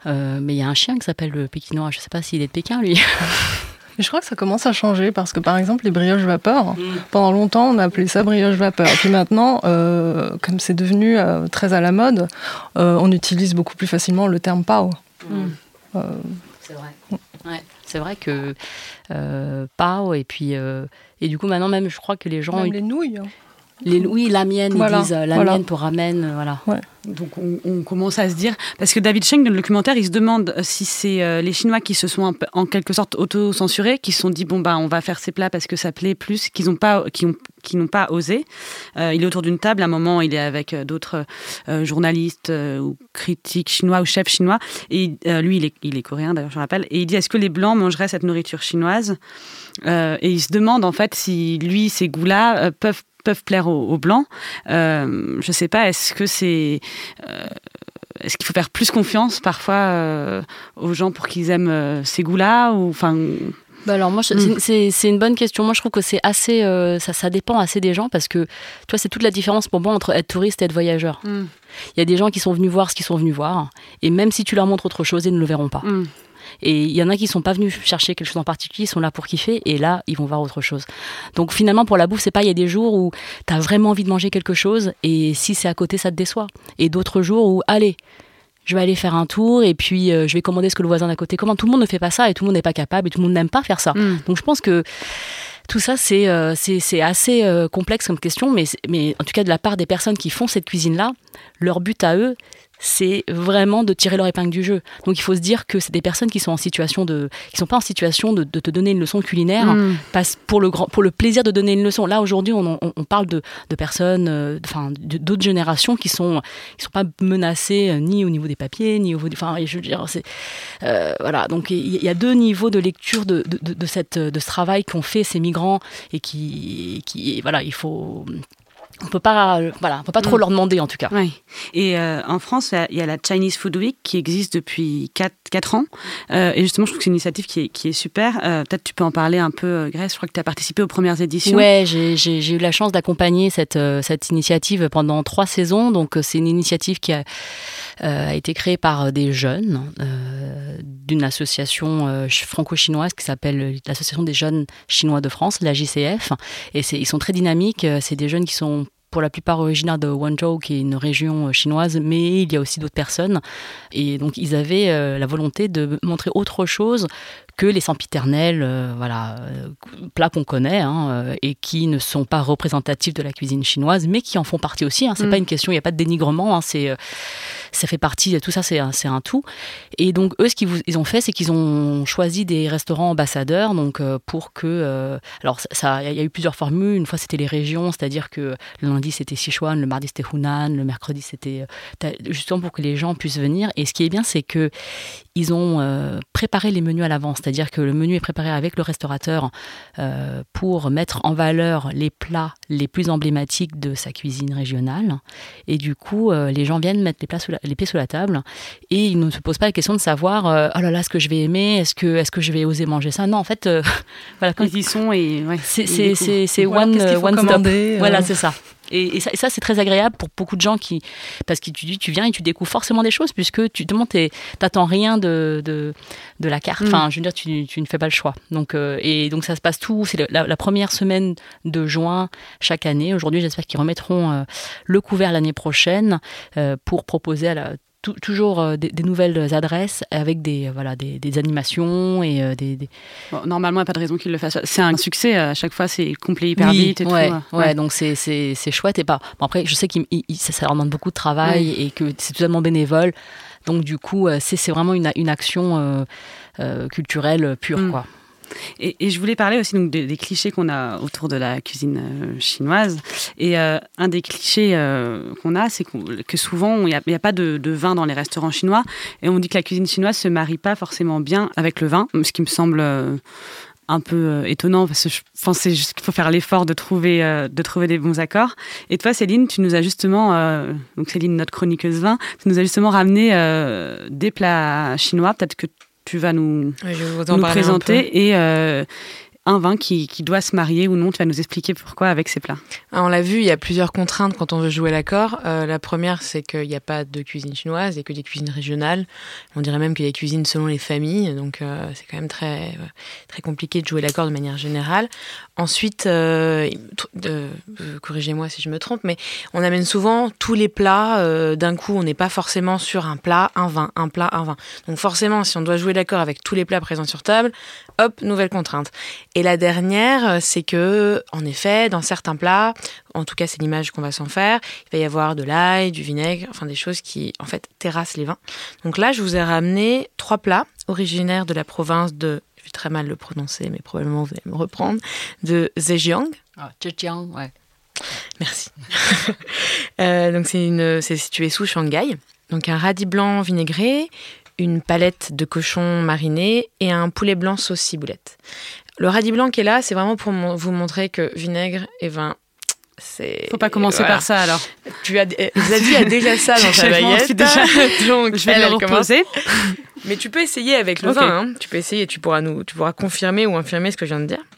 Euh, mais il y a un chien qui s'appelle le Pékinois. Je ne sais pas s'il est de Pékin, lui. Mais je crois que ça commence à changer parce que, par exemple, les brioches vapeur, mmh. pendant longtemps, on a appelé ça brioche vapeur. Et puis maintenant, euh, comme c'est devenu euh, très à la mode, euh, on utilise beaucoup plus facilement le terme pao. Mmh. Euh, c'est vrai. Ouais, c'est vrai que euh, pao et puis euh, et du coup maintenant même, je crois que les gens même les nouilles. Hein. Les, oui, la mienne, voilà, ils disent la voilà. mienne pour ramen, voilà. Ouais. Donc on, on commence à se dire, parce que David Cheng, dans le documentaire, il se demande si c'est euh, les Chinois qui se sont un peu, en quelque sorte auto-censurés, qui se sont dit bon bah on va faire ces plats parce que ça plaît plus, qu'ils ont pas, qui ont, qui n'ont pas osé. Euh, il est autour d'une table, à un moment il est avec d'autres euh, journalistes euh, ou critiques chinois ou chefs chinois, et euh, lui il est, il est coréen d'ailleurs, je me rappelle, et il dit est-ce que les blancs mangeraient cette nourriture chinoise euh, et il se demande en fait si lui ces goûts-là euh, peuvent peuvent plaire aux, aux blancs. Euh, je sais pas, est-ce que c'est... Euh, est-ce qu'il faut faire plus confiance parfois euh, aux gens pour qu'ils aiment euh, ces goûts-là ou, enfin... Bah alors moi, je, mm. c'est, c'est une bonne question. Moi, je trouve que c'est assez... Euh, ça, ça dépend assez des gens parce que, tu vois, c'est toute la différence pour moi entre être touriste et être voyageur. Mm. Il y a des gens qui sont venus voir ce qu'ils sont venus voir et même si tu leur montres autre chose, ils ne le verront pas. Mm. Et il y en a qui ne sont pas venus chercher quelque chose en particulier, ils sont là pour kiffer, et là, ils vont voir autre chose. Donc finalement, pour la bouffe, c'est pas, il y a des jours où tu as vraiment envie de manger quelque chose, et si c'est à côté, ça te déçoit. Et d'autres jours où, allez, je vais aller faire un tour, et puis euh, je vais commander ce que le voisin d'à côté commande. Tout le monde ne fait pas ça, et tout le monde n'est pas capable, et tout le monde n'aime pas faire ça. Mm. Donc je pense que tout ça, c'est, euh, c'est, c'est assez euh, complexe comme question, mais, mais en tout cas, de la part des personnes qui font cette cuisine-là, leur but à eux, c'est vraiment de tirer leur épingle du jeu. Donc il faut se dire que c'est des personnes qui sont en situation de, qui sont pas en situation de, de te donner une leçon culinaire, mmh. passe pour le grand, pour le plaisir de donner une leçon. Là aujourd'hui, on, on, on parle de, de personnes, euh, enfin d'autres générations qui sont, qui sont pas menacées euh, ni au niveau des papiers, ni au niveau, enfin je veux dire, c'est euh, voilà. Donc il y a deux niveaux de lecture de, de, de, de cette, de ce travail qu'ont fait ces migrants et qui, qui voilà, il faut. On peut pas, voilà, on peut pas trop mmh. leur demander en tout cas. Oui. Et euh, en France, il y a la Chinese Food Week qui existe depuis quatre ans. Euh, et justement, je trouve que c'est une initiative qui est, qui est super. Euh, peut-être tu peux en parler un peu, Grèce. Je crois que tu as participé aux premières éditions. Ouais, j'ai, j'ai, j'ai eu la chance d'accompagner cette, cette initiative pendant trois saisons. Donc, c'est une initiative qui a, euh, a été créée par des jeunes euh, d'une association euh, franco-chinoise qui s'appelle l'Association des jeunes chinois de France, la J C F. Et c'est, ils sont très dynamiques. C'est des jeunes qui sont pour la plupart originaires de Guangzhou, qui est une région chinoise, mais il y a aussi d'autres personnes. Et donc, ils avaient euh, la volonté de montrer autre chose que les sempiternels, euh, voilà, euh, plats qu'on connaît, hein, euh, et qui ne sont pas représentatifs de la cuisine chinoise, mais qui en font partie aussi. Hein. C'est mm. pas une question, il n'y a pas de dénigrement, hein, c'est, euh, ça fait partie, tout ça, c'est un, c'est un tout. Et donc, eux, ce qu'ils vous, ils ont fait, c'est qu'ils ont choisi des restaurants ambassadeurs, donc euh, pour que... Euh, alors, ça, il y a eu plusieurs formules. Une fois, c'était les régions, c'est-à-dire que le lundi, c'était Sichuan, le mardi, c'était Hunan, le mercredi, c'était... Euh, justement pour que les gens puissent venir. Et ce qui est bien, c'est que ils ont euh, préparé les menus à l'avance, c'est-à-dire que le menu est préparé avec le restaurateur euh, pour mettre en valeur les plats les plus emblématiques de sa cuisine régionale. Et du coup, euh, les gens viennent mettre les, plats sous la, les pieds sous la table et ils ne se posent pas la question de savoir euh, « Oh là là, est-ce que je vais aimer ? Est-ce que, est-ce que je vais oser manger ça ?» Non, en fait, euh, voilà, quand ils y sont et ouais, c'est, c'est, c'est, c'est one, one stop. Euh... Voilà, c'est ça. Et, et, ça, et ça, c'est très agréable pour beaucoup de gens qui... Parce que tu, tu viens et tu découvres forcément des choses puisque tu n'attends rien de, de, de la carte. Mm. Enfin, je veux dire, tu, tu ne fais pas le choix. Donc, euh, et donc, ça se passe tout... C'est la, la première semaine de juin chaque année. Aujourd'hui, j'espère qu'ils remettront euh, le couvert l'année prochaine euh, pour proposer à la... Tout, toujours euh, des, des nouvelles adresses avec des, euh, voilà, des, des animations et euh, des... des... Bon, normalement, il n'y a pas de raison qu'ils le fassent. C'est un succès, à chaque fois, c'est complet hyper oui, vite et ouais, tout. Ouais, ouais, donc c'est, c'est, c'est chouette. Et pas... bon, après, je sais que ça, ça leur demande beaucoup de travail oui. et que c'est totalement bénévole. Donc du coup, c'est, c'est vraiment une, une action euh, euh, culturelle pure, mm. quoi. Et, et je voulais parler aussi donc, des, des clichés qu'on a autour de la cuisine euh, chinoise. Et euh, un des clichés euh, qu'on a, c'est qu'on, que souvent, il n'y a, a pas de, de vin dans les restaurants chinois. Et on dit que la cuisine chinoise ne se marie pas forcément bien avec le vin, ce qui me semble euh, un peu euh, étonnant, parce que je pensais juste qu'il faut faire l'effort de trouver, euh, de trouver des bons accords. Et toi, Céline, tu nous as justement, euh, donc Céline, notre chroniqueuse vin, tu nous as justement ramené euh, des plats chinois. Peut-être que tu vas nous, oui, nous présenter. Et, euh, un vin qui, qui doit se marier ou non. Tu vas nous expliquer pourquoi avec ces plats. On l'a vu, il y a plusieurs contraintes quand on veut jouer l'accord. Euh, la première, c'est qu'il n'y a pas de cuisine chinoise, il n'y a que des cuisines régionales. On dirait même qu'il y a des cuisines selon les familles, donc euh, c'est quand même très, très compliqué de jouer l'accord de manière générale. Ensuite, euh, euh, corrigez-moi si je me trompe, mais on amène souvent tous les plats euh, d'un coup. On n'est pas forcément sur un plat, un vin, un plat, un vin. Donc forcément, si on doit jouer l'accord avec tous les plats présents sur table, hop, nouvelle contrainte. Et la dernière, c'est que, en effet, dans certains plats, en tout cas c'est l'image qu'on va s'en faire, il va y avoir de l'ail, du vinaigre, enfin des choses qui en fait terrassent les vins. Donc là, je vous ai ramené trois plats originaires de la province de, je vais très mal le prononcer, mais probablement vous allez me reprendre, de Zhejiang. Ah, Zhejiang, ouais. Merci. euh, donc c'est, une, c'est situé sous Shanghai. Donc un radis blanc vinaigré, une palette de cochon mariné et un poulet blanc sauce ciboulette. Le radis blanc qui est là, c'est vraiment pour mon, vous montrer que vinaigre et vin, c'est... Faut pas commencer voilà. par ça alors. Tu as, Zadie a déjà ça dans sa baguette, déjà... donc je vais elle, le elle reposer. Mais tu peux essayer avec le okay. vin, hein. Tu peux essayer, tu pourras, nous, tu pourras confirmer ou infirmer ce que je viens de dire.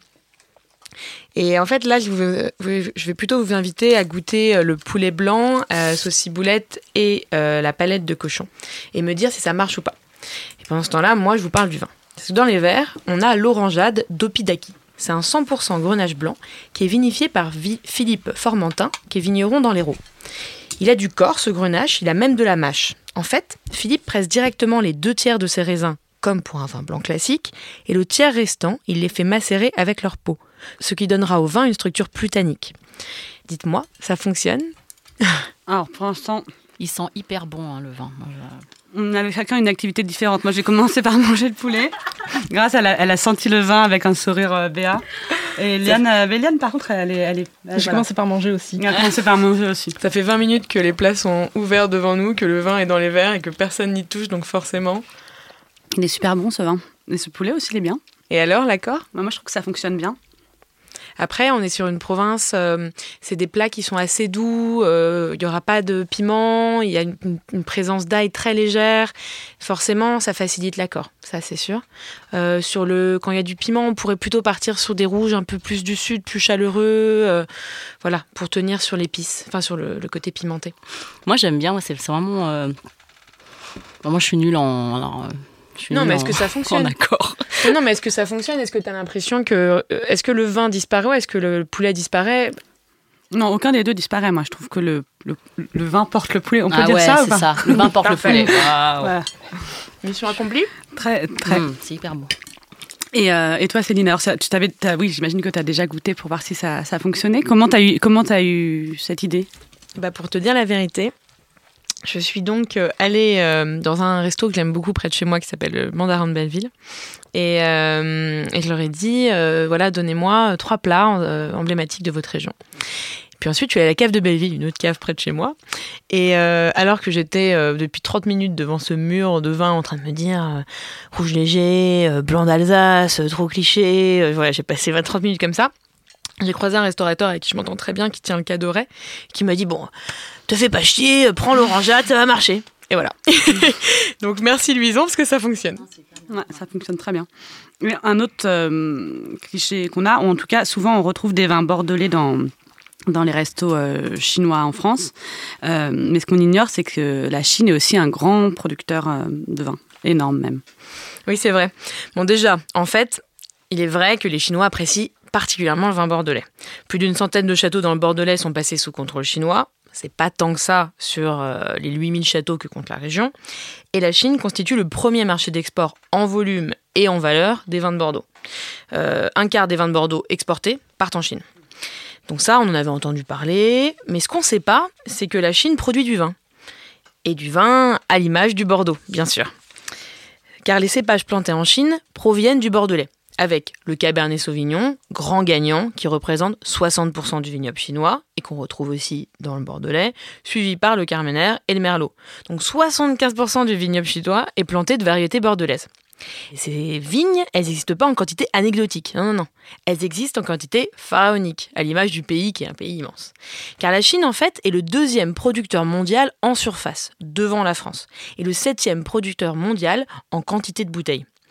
Et en fait, là, je, vous, je vais plutôt vous inviter à goûter le poulet blanc, euh, sauce ciboulette et euh, la palette de cochon. Et me dire si ça marche ou pas. Et pendant ce temps-là, moi, je vous parle du vin. Parce que dans les verres, on a l'orangeade d'Opidaki. C'est un cent pour cent grenache blanc qui est vinifié par Vi- Philippe Formentin, qui est vigneron dans l'Hérault. Il a du corps, ce grenache, il a même de la mâche. En fait, Philippe presse directement les deux tiers de ses raisins, comme pour un vin blanc classique, et le tiers restant, il les fait macérer avec leur peau, ce qui donnera au vin une structure plus tannique. Dites-moi, ça fonctionne ? Alors, pour l'instant, il sent hyper bon, hein, le vin. Moi, je... On avait chacun une activité différente. Moi, j'ai commencé par manger le poulet. Grâce, elle a, elle a senti le vin avec un sourire euh, béat. Et Liane, euh, Liane, par contre, elle est... Elle est elle, j'ai voilà. commencé par manger aussi. Elle a commencé par manger aussi. Ça fait vingt minutes que les plats sont ouverts devant nous, que le vin est dans les verres et que personne n'y touche, donc forcément... Il est super bon, ce vin. Et ce poulet aussi, il est bien. Et alors, l'accord ? Moi, je trouve que ça fonctionne bien. Après, on est sur une province, euh, c'est des plats qui sont assez doux, il euh, n'y aura pas de piment, il y a une, une présence d'ail très légère. Forcément, ça facilite l'accord, ça c'est sûr. Euh, sur le, quand il y a du piment, on pourrait plutôt partir sur des rouges un peu plus du sud, plus chaleureux, euh, voilà, pour tenir sur l'épice, enfin sur le, le côté pimenté. Moi j'aime bien, c'est, c'est vraiment... Euh... Bon, moi je suis nulle en... Alors, euh... Non, mais est-ce que ça fonctionne ? D'accord. Non, mais est-ce que ça fonctionne ? Est-ce que tu as l'impression que... Est-ce que le vin disparaît ou est-ce que le poulet disparaît ? Non, aucun des deux disparaît. Moi, je trouve que le, le, le vin porte le poulet. On peut ah dire ouais, ça c'est ou pas ? ça. Le vin porte le poulet. Ah, ouais. Voilà. Mission accomplie ? Très, très. Mmh, c'est hyper bon. Et, euh, et toi, Céline, alors, ça, tu t'avais, t'as, oui, j'imagine que tu as déjà goûté pour voir si ça, ça fonctionnait. Comment tu as eu, comment t'as eu cette idée ? Bah, pour te dire la vérité, je suis donc allée euh, dans un resto que j'aime beaucoup près de chez moi qui s'appelle le Mandarin de Belleville. Et, euh, et je leur ai dit, euh, voilà, donnez-moi trois plats euh, emblématiques de votre région. Puis ensuite, je suis allée à la cave de Belleville, une autre cave près de chez moi. Et euh, alors que j'étais euh, depuis trente minutes devant ce mur de vin en train de me dire euh, rouge léger, euh, blanc d'Alsace, euh, trop cliché, euh, voilà, j'ai passé vingt trente minutes comme ça. J'ai croisé un restaurateur avec qui je m'entends très bien, qui tient le Cadoret, qui m'a dit, bon, te fais pas chier, prends l'orangeade, ça va marcher. Et voilà. Donc merci Louison, parce que ça fonctionne. Ouais, ça fonctionne très bien. Et un autre euh, cliché qu'on a, ou en tout cas, souvent on retrouve des vins bordelais dans, dans les restos euh, chinois en France. Euh, mais ce qu'on ignore, c'est que la Chine est aussi un grand producteur euh, de vin, énorme même. Oui, c'est vrai. Bon, déjà, en fait, il est vrai que les Chinois apprécient particulièrement le vin bordelais. Plus d'une centaine de châteaux dans le Bordelais sont passés sous contrôle chinois. C'est pas tant que ça sur euh, les huit mille châteaux que compte la région. Et la Chine constitue le premier marché d'export en volume et en valeur des vins de Bordeaux. Euh, un quart des vins de Bordeaux exportés partent en Chine. Donc ça, on en avait entendu parler. Mais ce qu'on ne sait pas, c'est que la Chine produit du vin. Et du vin à l'image du Bordeaux, bien sûr. Car les cépages plantés en Chine proviennent du Bordelais, avec le Cabernet Sauvignon, grand gagnant, qui représente soixante pour cent du vignoble chinois, et qu'on retrouve aussi dans le Bordelais, suivi par le Carmenère et le Merlot. Donc soixante-quinze pour cent du vignoble chinois est planté de variétés bordelaises. Et ces vignes, elles n'existent pas en quantité anecdotique, non, non, non. Elles existent en quantité pharaonique, à l'image du pays qui est un pays immense. Car la Chine, en fait, est le deuxième producteur mondial en surface, devant la France, et le septième producteur mondial en quantité de bouteilles.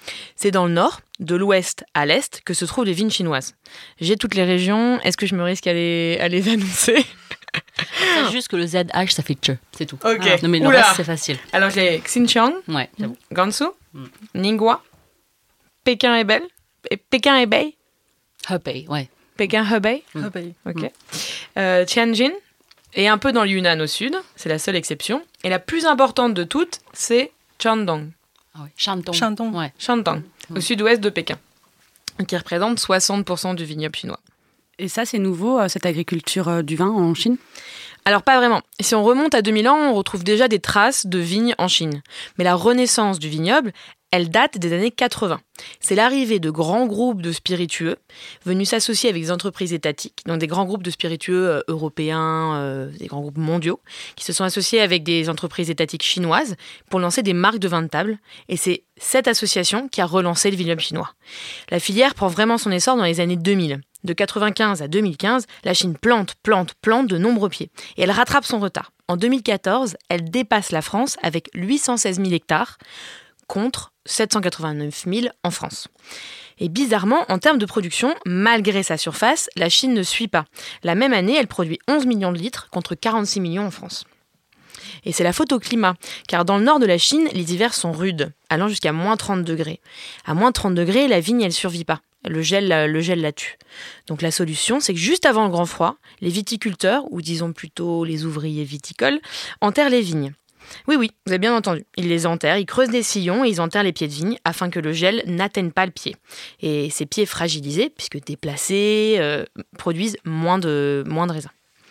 C'est dans le nord, de l'ouest à l'est, que se trouvent les vignes chinoises. J'ai toutes les régions. Est-ce que je me risque à les, à les annoncer ? C'est juste que le Z H, ça fait che, c'est tout. Ok. Ah, non, mais le Oula. reste, c'est facile. Alors j'ai Xinjiang, Ouais, j'avoue. Gansu, Mm. Ningguo, Pékin-Hebei, et Pékin-Hebei, Hebei, ouais. Pékin-Hebei, Ah, bah, oui. ok. Euh, Tianjin, et un peu dans le Yunnan au sud, c'est la seule exception. Et la plus importante de toutes, c'est Shandong, Ah ouais. Shantung. Shandong. Ouais. Shandong, Mm. au sud-ouest de Pékin, qui représente soixante pour cent du vignoble chinois. Et ça, c'est nouveau, euh, cette agriculture euh, du vin en Chine ? Alors pas vraiment. Si on remonte à deux mille ans, on retrouve déjà des traces de vignes en Chine. Mais la renaissance du vignoble, elle date des années quatre-vingts. C'est l'arrivée de grands groupes de spiritueux venus s'associer avec des entreprises étatiques, donc des grands groupes de spiritueux euh, européens, euh, des grands groupes mondiaux, qui se sont associés avec des entreprises étatiques chinoises pour lancer des marques de vin de table. Et c'est cette association qui a relancé le vignoble chinois. La filière prend vraiment son essor dans les années deux mille. De quatre-vingt-quinze à deux mille quinze, la Chine plante, plante, plante de nombreux pieds. Et elle rattrape son retard. En deux mille quatorze, elle dépasse la France avec huit cent seize mille hectares contre sept cent quatre-vingt-neuf mille en France. Et bizarrement, en termes de production, malgré sa surface, la Chine ne suit pas. La même année, elle produit onze millions de litres contre quarante-six millions en France. Et c'est la faute au climat, car dans le nord de la Chine, les hivers sont rudes, allant jusqu'à moins trente degrés. À moins trente degrés, la vigne, elle ne survit pas. Le gel, le gel la tue. Donc la solution, c'est que juste avant le grand froid, les viticulteurs, ou disons plutôt les ouvriers viticoles, enterrent les vignes. Oui, oui, vous avez bien entendu. Ils les enterrent, ils creusent des sillons et ils enterrent les pieds de vigne afin que le gel n'atteigne pas le pied. Et ces pieds fragilisés, puisque déplacés, euh, produisent moins de, moins de raisins.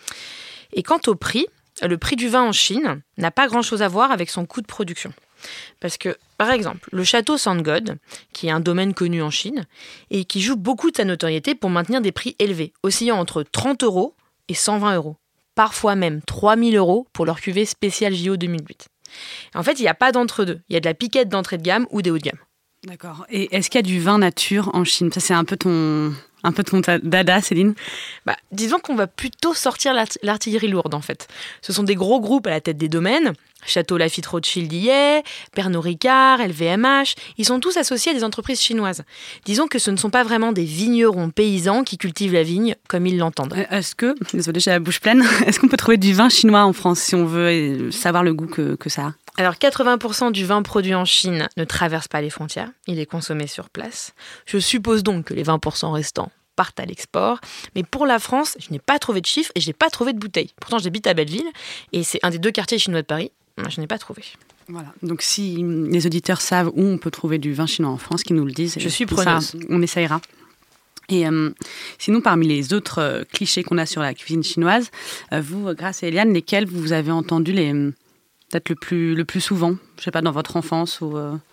Et quant au prix, le prix du vin en Chine n'a pas grand-chose à voir avec son coût de production. Parce que, par exemple, le château Sandgod, qui est un domaine connu en Chine, et qui joue beaucoup de sa notoriété pour maintenir des prix élevés, oscillant entre trente euros et cent vingt euros. Parfois même trois mille euros pour leur cuvée spéciale J O deux mille huit. En fait, il n'y a pas d'entre-deux. Il y a de la piquette d'entrée de gamme ou des hauts de gamme. D'accord. Et est-ce qu'il y a du vin nature en Chine ? Ça, c'est un peu ton, un peu ton dada, Céline ? Bah, disons qu'on va plutôt sortir l'art- l'artillerie lourde, en fait. Ce sont des gros groupes à la tête des domaines. Château Lafite Rothschild y est, Pernod Ricard, L V M H, ils sont tous associés à des entreprises chinoises. Disons que ce ne sont pas vraiment des vignerons paysans qui cultivent la vigne comme ils l'entendent. Est-ce que, désolée, j'ai la bouche pleine, est-ce qu'on peut trouver du vin chinois en France si on veut savoir le goût que, que ça a ? Alors quatre-vingts pour cent du vin produit en Chine ne traverse pas les frontières, il est consommé sur place. Je suppose donc que les vingt pour cent restants partent à l'export. Mais pour la France, je n'ai pas trouvé de chiffres et je n'ai pas trouvé de bouteilles. Pourtant, j'habite à Belleville et c'est un des deux quartiers chinois de Paris. Moi, je n'ai pas trouvé. Voilà. Donc, si les auditeurs savent où on peut trouver du vin chinois en France, qu'ils nous le disent. Je suis ça, preneuse. on essayera. Et euh, sinon, parmi les autres euh, clichés qu'on a sur la cuisine chinoise, euh, vous, Grace et Eliane, lesquels vous avez entendu les, peut-être le plus, le plus souvent ? Je ne sais pas, dans votre enfance ou... Euh...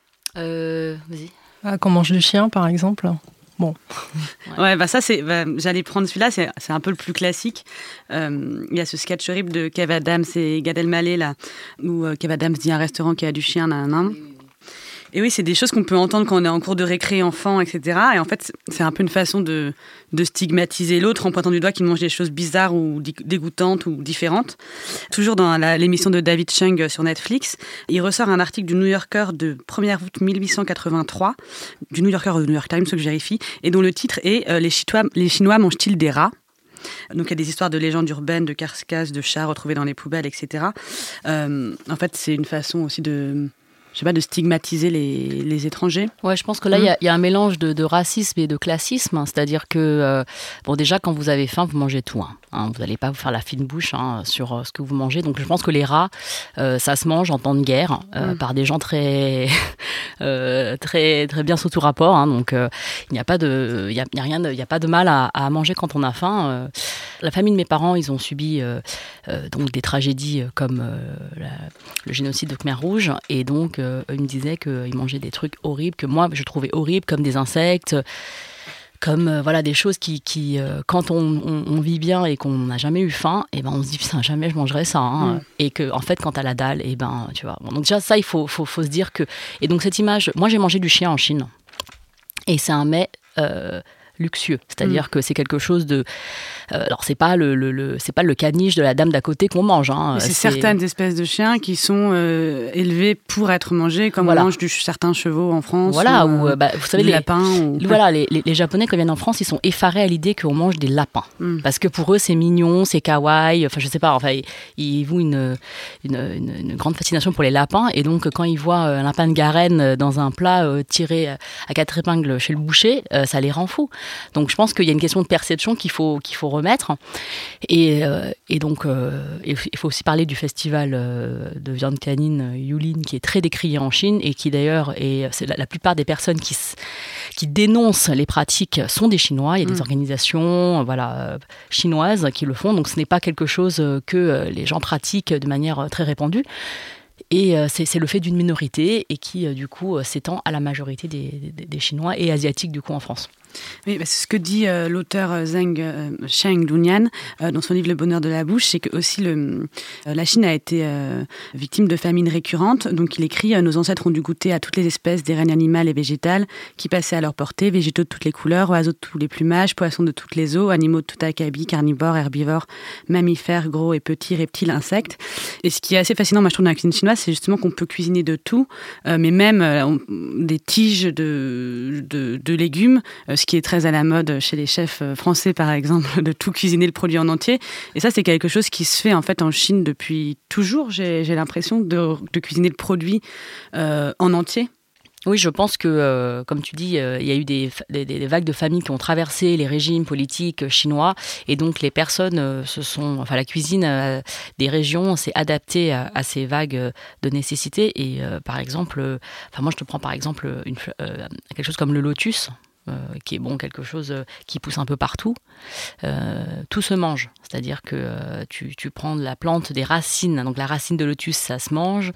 Euh, vas-y. Ah, qu'on mange du chien, par exemple. Bon. Ouais, ouais bah ça, c'est, bah, j'allais prendre celui-là, c'est, c'est un peu le plus classique. Euh, il y a ce sketch horrible de Kev Adams et Gad Elmaleh, là, où euh, Kev Adams dit un restaurant qui a du chien, nan, nan. Et oui, c'est des choses qu'on peut entendre quand on est en cours de récré, enfant, et cetera. Et en fait, c'est un peu une façon de, de stigmatiser l'autre en pointant du doigt qu'il mange des choses bizarres ou dégoûtantes ou différentes. Toujours dans la, l'émission de David Chung sur Netflix, il ressort un article du New Yorker de premier août dix-huit cent quatre-vingt-trois, du New Yorker ou du New York Times, ce que je vérifie, et dont le titre est euh, « Les Chinois, les Chinois mangent-ils des rats ?» Donc il y a des histoires de légendes urbaines, de carcasses, de chats retrouvés dans les poubelles, et cetera. Euh, en fait, c'est une façon aussi de... je sais pas, de stigmatiser les, les étrangers. Ouais, je pense que là, il mmh. y, y a un mélange de, de racisme et de classisme. Hein, c'est-à-dire que, euh, bon, déjà, quand vous avez faim, vous mangez tout. Hein, hein, vous n'allez pas vous faire la fine bouche hein, sur euh, ce que vous mangez. Donc, je pense que les rats, euh, ça se mange en temps de guerre euh, mmh. par des gens très, euh, très, très bien sous tout rapport. Hein, donc, euh, il n'y a pas de, il y a, y a rien, il y a pas de mal à, à manger quand on a faim. Euh, la famille de mes parents, ils ont subi euh, euh, donc des tragédies comme euh, la, le génocide de Khmer Rouge, et donc euh, ils me disaient qu'ils mangeaient des trucs horribles que moi je trouvais horribles, comme des insectes, comme euh, voilà des choses qui, qui euh, quand on, on, on vit bien et qu'on n'a jamais eu faim, et ben on se dit putain jamais je mangerais ça, hein. mm. Et que en fait quand t'as la dalle, et ben tu vois. Bon, donc déjà ça il faut, faut faut se dire que, et donc cette image, moi j'ai mangé du chien en Chine, et c'est un mets euh, luxueux. C'est-à-dire mmh. que c'est quelque chose de... Euh, alors, c'est pas le, le, le, c'est pas le caniche de la dame d'à côté qu'on mange. Hein. C'est, c'est certaines espèces de chiens qui sont euh, élevés pour être mangés, comme voilà. on mange du, certains chevaux en France. Voilà, ou, ou euh, bah, vous savez, les les lapins. Ou... Voilà, les, les, les Japonais, quand ils viennent en France, ils sont effarés à l'idée qu'on mange des lapins. Mmh. Parce que pour eux, c'est mignon, c'est kawaii, enfin, je sais pas, enfin, ils, ils vouent une, une, une, une grande fascination pour les lapins. Et donc, quand ils voient un lapin de Garenne dans un plat euh, tiré à quatre épingles chez le boucher, euh, ça les rend fous. Donc, je pense qu'il y a une question de perception qu'il faut, qu'il faut remettre. Et, euh, et donc, euh, il faut aussi parler du festival euh, de viande canine Yulin, qui est très décrié en Chine et qui d'ailleurs, est, c'est la, la plupart des personnes qui, qui dénoncent les pratiques sont des Chinois. Il y a des mmh. organisations voilà, euh, chinoises qui le font. Donc, ce n'est pas quelque chose que euh, les gens pratiquent de manière très répandue. Et euh, c'est, c'est le fait d'une minorité et qui, euh, du coup, euh, s'étend à la majorité des, des, des Chinois et Asiatiques, du coup, en France. Oui, bah c'est ce que dit euh, l'auteur Zheng euh, Sheng Dunian euh, dans son livre Le bonheur de la bouche, c'est que aussi le, euh, la Chine a été euh, victime de famines récurrentes. Donc il écrit euh, « Nos ancêtres ont dû goûter à toutes les espèces des règnes animales et végétales qui passaient à leur portée, végétaux de toutes les couleurs, oiseaux de tous les plumages, poissons de toutes les eaux, animaux de tout acabit, carnivores, herbivores, mammifères, gros et petits, reptiles, insectes. » Et ce qui est assez fascinant, moi je trouve, dans la cuisine chinoise, c'est justement qu'on peut cuisiner de tout, euh, mais même euh, on, des tiges de, de, de légumes, euh, ce qui est très à la mode chez les chefs français, par exemple, de tout cuisiner le produit en entier. Et ça, c'est quelque chose qui se fait en fait en Chine depuis toujours, j'ai, j'ai l'impression, de, de cuisiner le produit euh, en entier. Oui, je pense que, euh, comme tu dis, euh, il y a eu des, des, des vagues de familles qui ont traversé les régimes politiques chinois, et donc les personnes euh, se sont, enfin la cuisine euh, des régions s'est adaptée à, à ces vagues de nécessité. Et euh, par exemple, euh, enfin moi je te prends par exemple une, euh, quelque chose comme le lotus. Euh, qui est bon, quelque chose euh, qui pousse un peu partout, euh, tout se mange. C'est-à-dire que euh, tu, tu prends la plante des racines, donc la racine de lotus, ça se mange.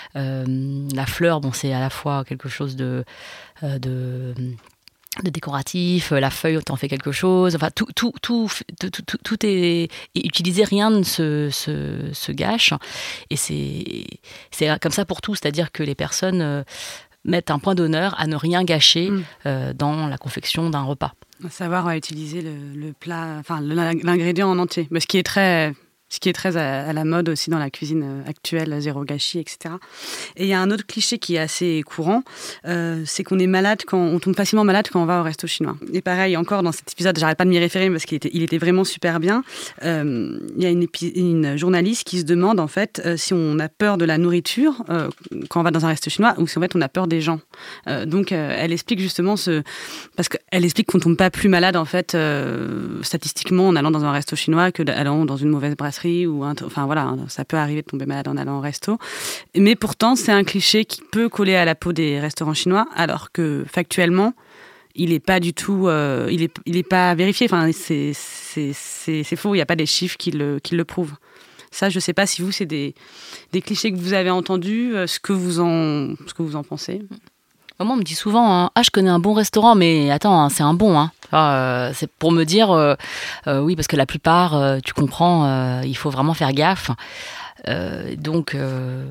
Euh, la fleur, bon, c'est à la fois quelque chose de... Euh, de de décoratif, la feuille, t'en fais quelque chose, enfin tout, tout, tout, tout, tout, tout est, est utilisé, rien ne se, se, se gâche. Et c'est, c'est comme ça pour tout, c'est-à-dire que les personnes... Euh, mettre un point d'honneur à ne rien gâcher mmh. euh, dans la confection d'un repas. Savoir euh, utiliser le, le plat, enfin l'ingrédient en entier, mais ce qui est très, ce qui est très à, à la mode aussi dans la cuisine actuelle, zéro gâchis, et cetera. Et il y a un autre cliché qui est assez courant, euh, c'est qu'on est malade quand on tombe facilement malade quand on va au resto chinois. Et pareil, encore dans cet épisode, j'arrête pas de m'y référer parce qu'il était, il était vraiment super bien. Euh, il y a une, épi- une journaliste qui se demande en fait euh, si on a peur de la nourriture euh, quand on va dans un resto chinois ou si en fait on a peur des gens. Euh, donc euh, elle explique justement ce, parce qu'elle explique qu'on tombe pas plus malade en fait euh, statistiquement en allant dans un resto chinois que allant dans une mauvaise brasserie. Ou un, enfin voilà, ça peut arriver de tomber malade en allant au resto. Mais pourtant, c'est un cliché qui peut coller à la peau des restaurants chinois, alors que factuellement, il n'est pas du tout, euh, il est, il est pas vérifié. Enfin, c'est, c'est, c'est, c'est faux. Il n'y a pas des chiffres qui le, qui le prouvent. Ça, je ne sais pas si vous, c'est des, des clichés que vous avez entendus, ce que vous en, ce que vous en pensez. Moi, on me dit souvent, hein, ah, je connais un bon restaurant, mais attends, hein, c'est un bon. Hein. Euh, c'est pour me dire, euh, euh, oui, parce que la plupart, euh, tu comprends, euh, il faut vraiment faire gaffe. Euh, donc, euh,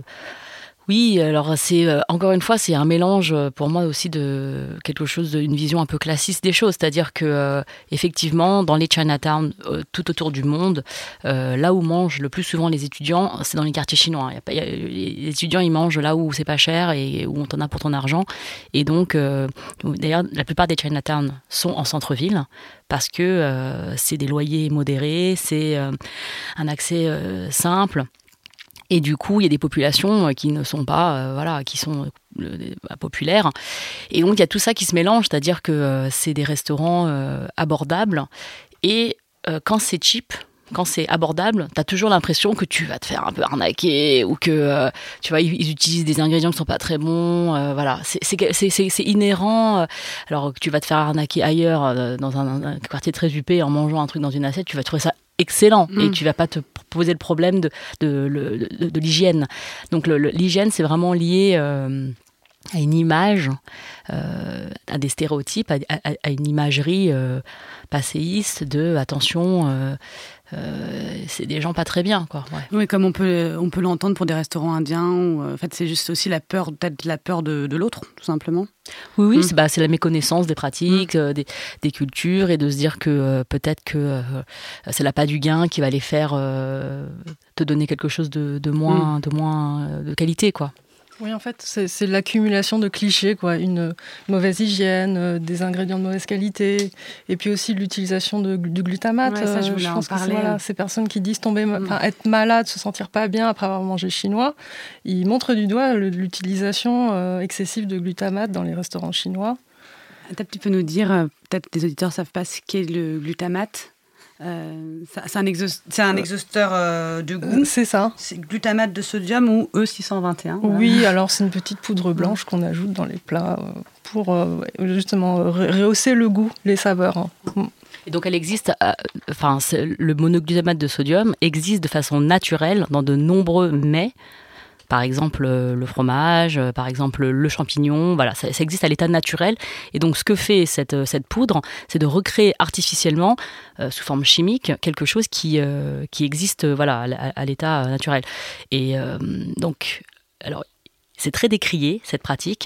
oui, alors c'est euh, encore une fois, c'est un mélange pour moi aussi de quelque chose, d'une vision un peu classiste des choses, c'est-à-dire que euh, effectivement, dans les Chinatown, euh, tout autour du monde, euh, là où mangent le plus souvent les étudiants, c'est dans les quartiers chinois. Il y a pas, il y a, les étudiants, ils mangent là où c'est pas cher et où on t'en a pour ton argent. Et donc, euh, d'ailleurs, la plupart des Chinatown sont en centre-ville parce que euh, c'est des loyers modérés, c'est euh, un accès euh, simple. Et du coup, il y a des populations qui ne sont pas, euh, voilà, qui sont euh, populaires. Et donc, il y a tout ça qui se mélange, c'est-à-dire que euh, c'est des restaurants euh, abordables. Et euh, quand c'est cheap, quand c'est abordable, tu as toujours l'impression que tu vas te faire un peu arnaquer ou que, euh, tu vois, ils, ils utilisent des ingrédients qui sont pas très bons. Euh, voilà, c'est, c'est, c'est, c'est, c'est inhérent. Alors que tu vas te faire arnaquer ailleurs, euh, dans un, un quartier très huppé, en mangeant un truc dans une assiette, tu vas trouver ça excellent mmh. et tu vas pas te poser le problème de, de, de, de, de l'hygiène. Donc le, le, l'hygiène, c'est vraiment lié... Euh, à une image, euh, à des stéréotypes, à, à, à une imagerie euh, passéiste de attention, euh, euh, c'est des gens pas très bien, quoi. Ouais. Oui, comme on peut, on peut l'entendre pour des restaurants indiens. Où, en fait, c'est juste aussi la peur, peut-être la peur de, de l'autre, tout simplement. Oui, oui, mmh. c'est, bah, c'est la méconnaissance des pratiques, mmh. euh, des, des cultures, et de se dire que euh, peut-être que euh, c'est l'appât du gain qui va les faire euh, te donner quelque chose de, de moins, mmh. de moins euh, de qualité, quoi. Oui, en fait, c'est, c'est l'accumulation de clichés, quoi. Une mauvaise hygiène, euh, des ingrédients de mauvaise qualité, et puis aussi l'utilisation de, du glutamate. Ouais, ça, je voulais euh, je en pense parler. que c'est, voilà, ces personnes qui disent tomber, mm. être malade, se sentir pas bien après avoir mangé chinois, ils montrent du doigt le, l'utilisation euh, excessive de glutamate dans les restaurants chinois. Peut-être tu peux nous dire, euh, peut-être les auditeurs ne savent pas ce qu'est le glutamate. Euh, c'est, un exhaust, c'est un exhausteur euh, de goût. C'est ça. C'est glutamate de sodium ou E six cent vingt et un. Voilà. Oui, alors c'est une petite poudre blanche qu'on ajoute dans les plats pour euh, justement rehausser le goût, les saveurs. Hein. Et donc elle existe, euh, enfin le monoglutamate de sodium existe de façon naturelle dans de nombreux mets. Par exemple, le fromage, par exemple, le champignon, voilà, ça, ça existe à l'état naturel. Et donc, ce que fait cette, cette poudre, c'est de recréer artificiellement, euh, sous forme chimique, quelque chose qui, euh, qui existe voilà, à, à l'état naturel. Et euh, donc, alors, c'est très décrié, cette pratique.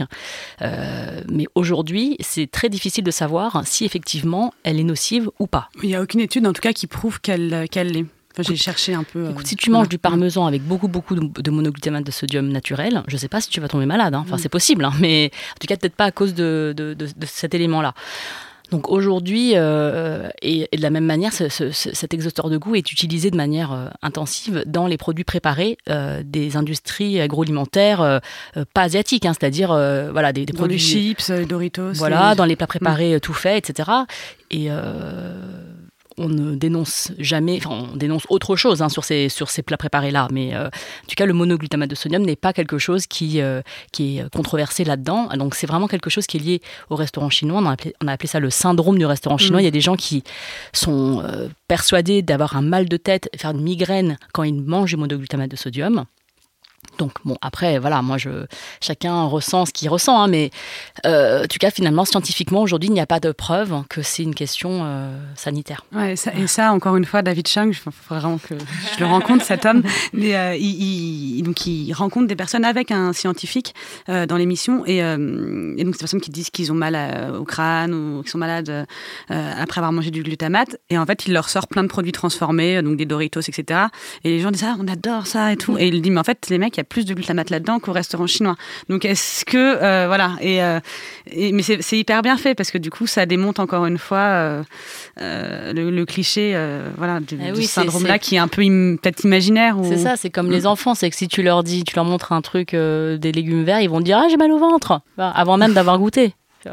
Euh, mais aujourd'hui, c'est très difficile de savoir si, effectivement, elle est nocive ou pas. Il n'y a aucune étude, en tout cas, qui prouve qu'elle, qu'elle l'est. Enfin, j'ai cherché un peu. Écoute, si tu manges du parmesan avec beaucoup, beaucoup de monoglutamate de sodium naturel, je ne sais pas si tu vas tomber malade. Hein. Enfin, mmh. c'est possible, hein, mais en tout cas, peut-être pas à cause de, de, de, de cet élément-là. Donc aujourd'hui, euh, et, et de la même manière, ce, ce, cet exhausteur de goût est utilisé de manière euh, intensive dans les produits préparés euh, des industries agroalimentaires euh, pas asiatiques, hein, c'est-à-dire euh, voilà, des, des dans produits... les chips, les Doritos. Voilà, les... dans les plats préparés mmh. tout faits, et cetera. Et... Euh, on ne dénonce jamais, enfin on dénonce autre chose hein, sur ces sur ces plats préparés là, mais euh, en tout cas le monoglutamate de sodium n'est pas quelque chose qui euh, qui est controversé là-dedans. Donc c'est vraiment quelque chose qui est lié au restaurant chinois. On a appelé, on a appelé ça le syndrome du restaurant chinois. Mmh. Il y a des gens qui sont euh, persuadés d'avoir un mal de tête, faire une migraine quand ils mangent du monoglutamate de sodium. Donc bon, après, voilà, moi, je, chacun ressent ce qu'il ressent, hein, mais euh, en tout cas, finalement, scientifiquement, aujourd'hui, il n'y a pas de preuve que c'est une question euh, sanitaire. Ouais, ça, et ça, encore une fois, David Chang, il faut vraiment que je le rencontre, cet homme, mais, euh, il, il, donc, il rencontre des personnes avec un scientifique euh, dans l'émission, et, euh, et donc, ces personnes qui disent qu'ils ont mal à, au crâne ou qu'ils sont malades euh, après avoir mangé du glutamate, et en fait, il leur sort plein de produits transformés, donc des Doritos, et cetera. Et les gens disent « Ah, on adore ça et tout », et il dit « Mais en fait, les mecs, il y a plus de glutamate là-dedans qu'au restaurant chinois. » Donc, est-ce que... Euh, voilà. Et, euh, et, mais c'est, c'est hyper bien fait, parce que du coup, ça démonte encore une fois euh, euh, le, le cliché euh, voilà, de, eh de oui, ce syndrome-là c'est... qui est un peu im... peut-être imaginaire. Ou... C'est ça, c'est comme mmh. les enfants. C'est que si tu leur dis, tu leur montres un truc, euh, des légumes verts, ils vont te dire « Ah, j'ai mal au ventre !» avant même d'avoir goûté.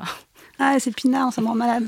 Ah, c'est pinard, ça me rend malade.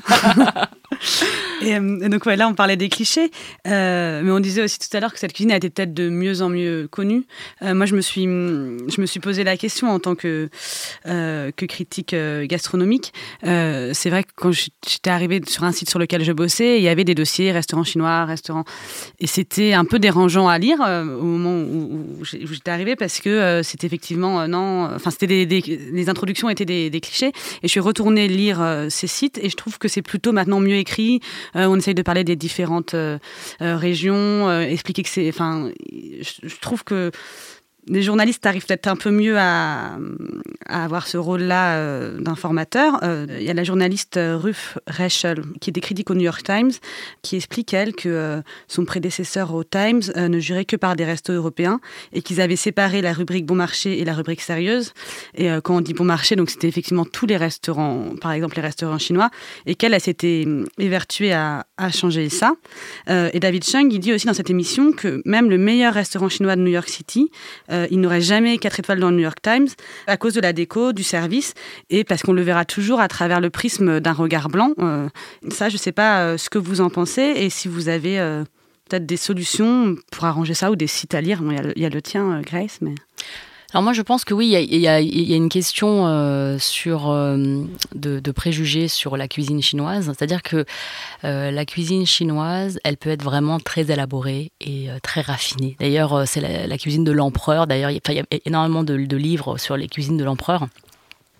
et, et donc, ouais, là, on parlait des clichés. Euh, mais on disait aussi tout à l'heure que cette cuisine a été peut-être de mieux en mieux connue. Euh, moi, je me, suis, je me suis posé la question en tant que, euh, que critique euh, gastronomique. Euh, c'est vrai que quand j'étais arrivée sur un site sur lequel je bossais, il y avait des dossiers restaurants chinois, restaurants. Et c'était un peu dérangeant à lire euh, au moment où, où j'étais arrivée, parce que euh, c'était effectivement, euh, non. Enfin, c'était des, des, les introductions étaient des, des clichés. Et je suis retournée lire euh, ces sites, et je trouve que c'est plutôt maintenant mieux écrit. Euh, on essaye de parler des différentes euh, euh, régions, euh, expliquer que c'est... Enfin, je, je trouve que les journalistes arrivent peut-être un peu mieux à, à avoir ce rôle-là euh, d'informateur. Euh, il y a la journaliste Ruth Reichl, qui est des critiques au New York Times, qui explique, elle, que euh, son prédécesseur au Times euh, ne jurait que par des restos européens, et qu'ils avaient séparé la rubrique bon marché et la rubrique sérieuse. Et euh, quand on dit bon marché, donc c'était effectivement tous les restaurants, par exemple les restaurants chinois, et qu'elle, elle s'était évertuée à, à changer ça. Euh, et David Chang, il dit aussi dans cette émission que même le meilleur restaurant chinois de New York City, Euh, il n'aurait jamais quatre étoiles dans le New York Times à cause de la déco, du service, et parce qu'on le verra toujours à travers le prisme d'un regard blanc. Euh, ça, je ne sais pas euh, ce que vous en pensez, et si vous avez euh, peut-être des solutions pour arranger ça, ou des sites à lire. Bon, il y a le, il y a le tien, euh, Grace, mais... Alors moi, je pense que oui, il y, y, y a une question euh, sur, euh, de, de préjugés sur la cuisine chinoise. C'est-à-dire que euh, la cuisine chinoise, elle peut être vraiment très élaborée et euh, très raffinée. D'ailleurs, euh, c'est la, la cuisine de l'empereur. D'ailleurs, il y, y a énormément de, de livres sur les cuisines de l'empereur.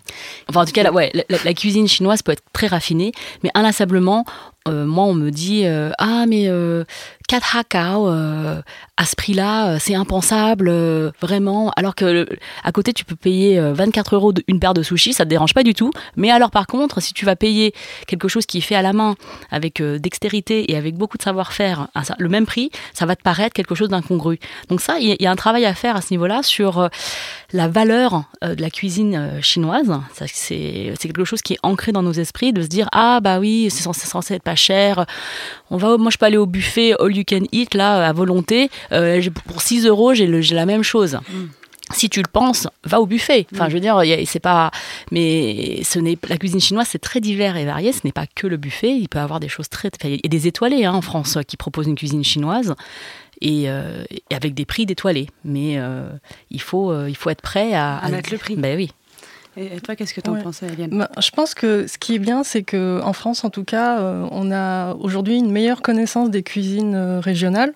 Enfin, en tout cas, la, ouais, la, la cuisine chinoise peut être très raffinée, mais inlassablement, euh, moi, on me dit euh, « Ah, mais euh, quatre hakao, euh, à ce prix-là, euh, c'est impensable, euh, vraiment. » Alors que à côté, tu peux payer euh, vingt-quatre euros une paire de sushis, ça ne te dérange pas du tout. Mais alors, par contre, si tu vas payer quelque chose qui est fait à la main, avec euh, dextérité et avec beaucoup de savoir-faire, à le même prix, ça va te paraître quelque chose d'incongru. Donc ça, il y, y a un travail à faire à ce niveau-là sur euh, la valeur euh, de la cuisine euh, chinoise. Ça, c'est, c'est quelque chose qui est ancré dans nos esprits, de se dire « Ah, bah oui, c'est censé, c'est censé être pas cher. On va, moi, je peux aller au buffet all you can eat, là, à volonté. Euh, pour six euros, j'ai, le, j'ai la même chose. Mm. » Si tu le penses, va au buffet. Enfin, mm. je veux dire, y a, c'est pas. Mais ce n'est la cuisine chinoise, c'est très divers et varié. Ce n'est pas que le buffet. Il peut y avoir des choses très. Il y a des étoilés hein, en France qui proposent une cuisine chinoise et, euh, et avec des prix d'étoilés. Mais euh, il faut, euh, il faut être prêt à, à mettre le prix. Ben oui. Et toi, qu'est-ce que tu en ouais. penses, Eliane ? bah, Je pense que ce qui est bien, c'est qu'en France, en tout cas, euh, on a aujourd'hui une meilleure connaissance des cuisines euh, régionales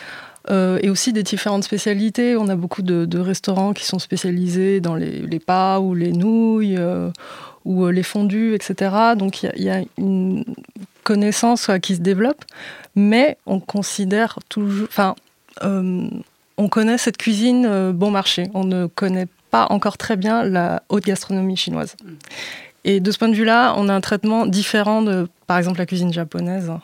euh, et aussi des différentes spécialités. On a beaucoup de, de restaurants qui sont spécialisés dans les, les plats ou les nouilles euh, ou euh, les fondus, et cetera. Donc, il y, y a une connaissance euh, qui se développe, mais on considère toujours... Enfin, euh, on connaît cette cuisine euh, bon marché. On ne connaît pas pas encore très bien la haute gastronomie chinoise. Mm. Et de ce point de vue-là, on a un traitement différent de, par exemple, la cuisine japonaise,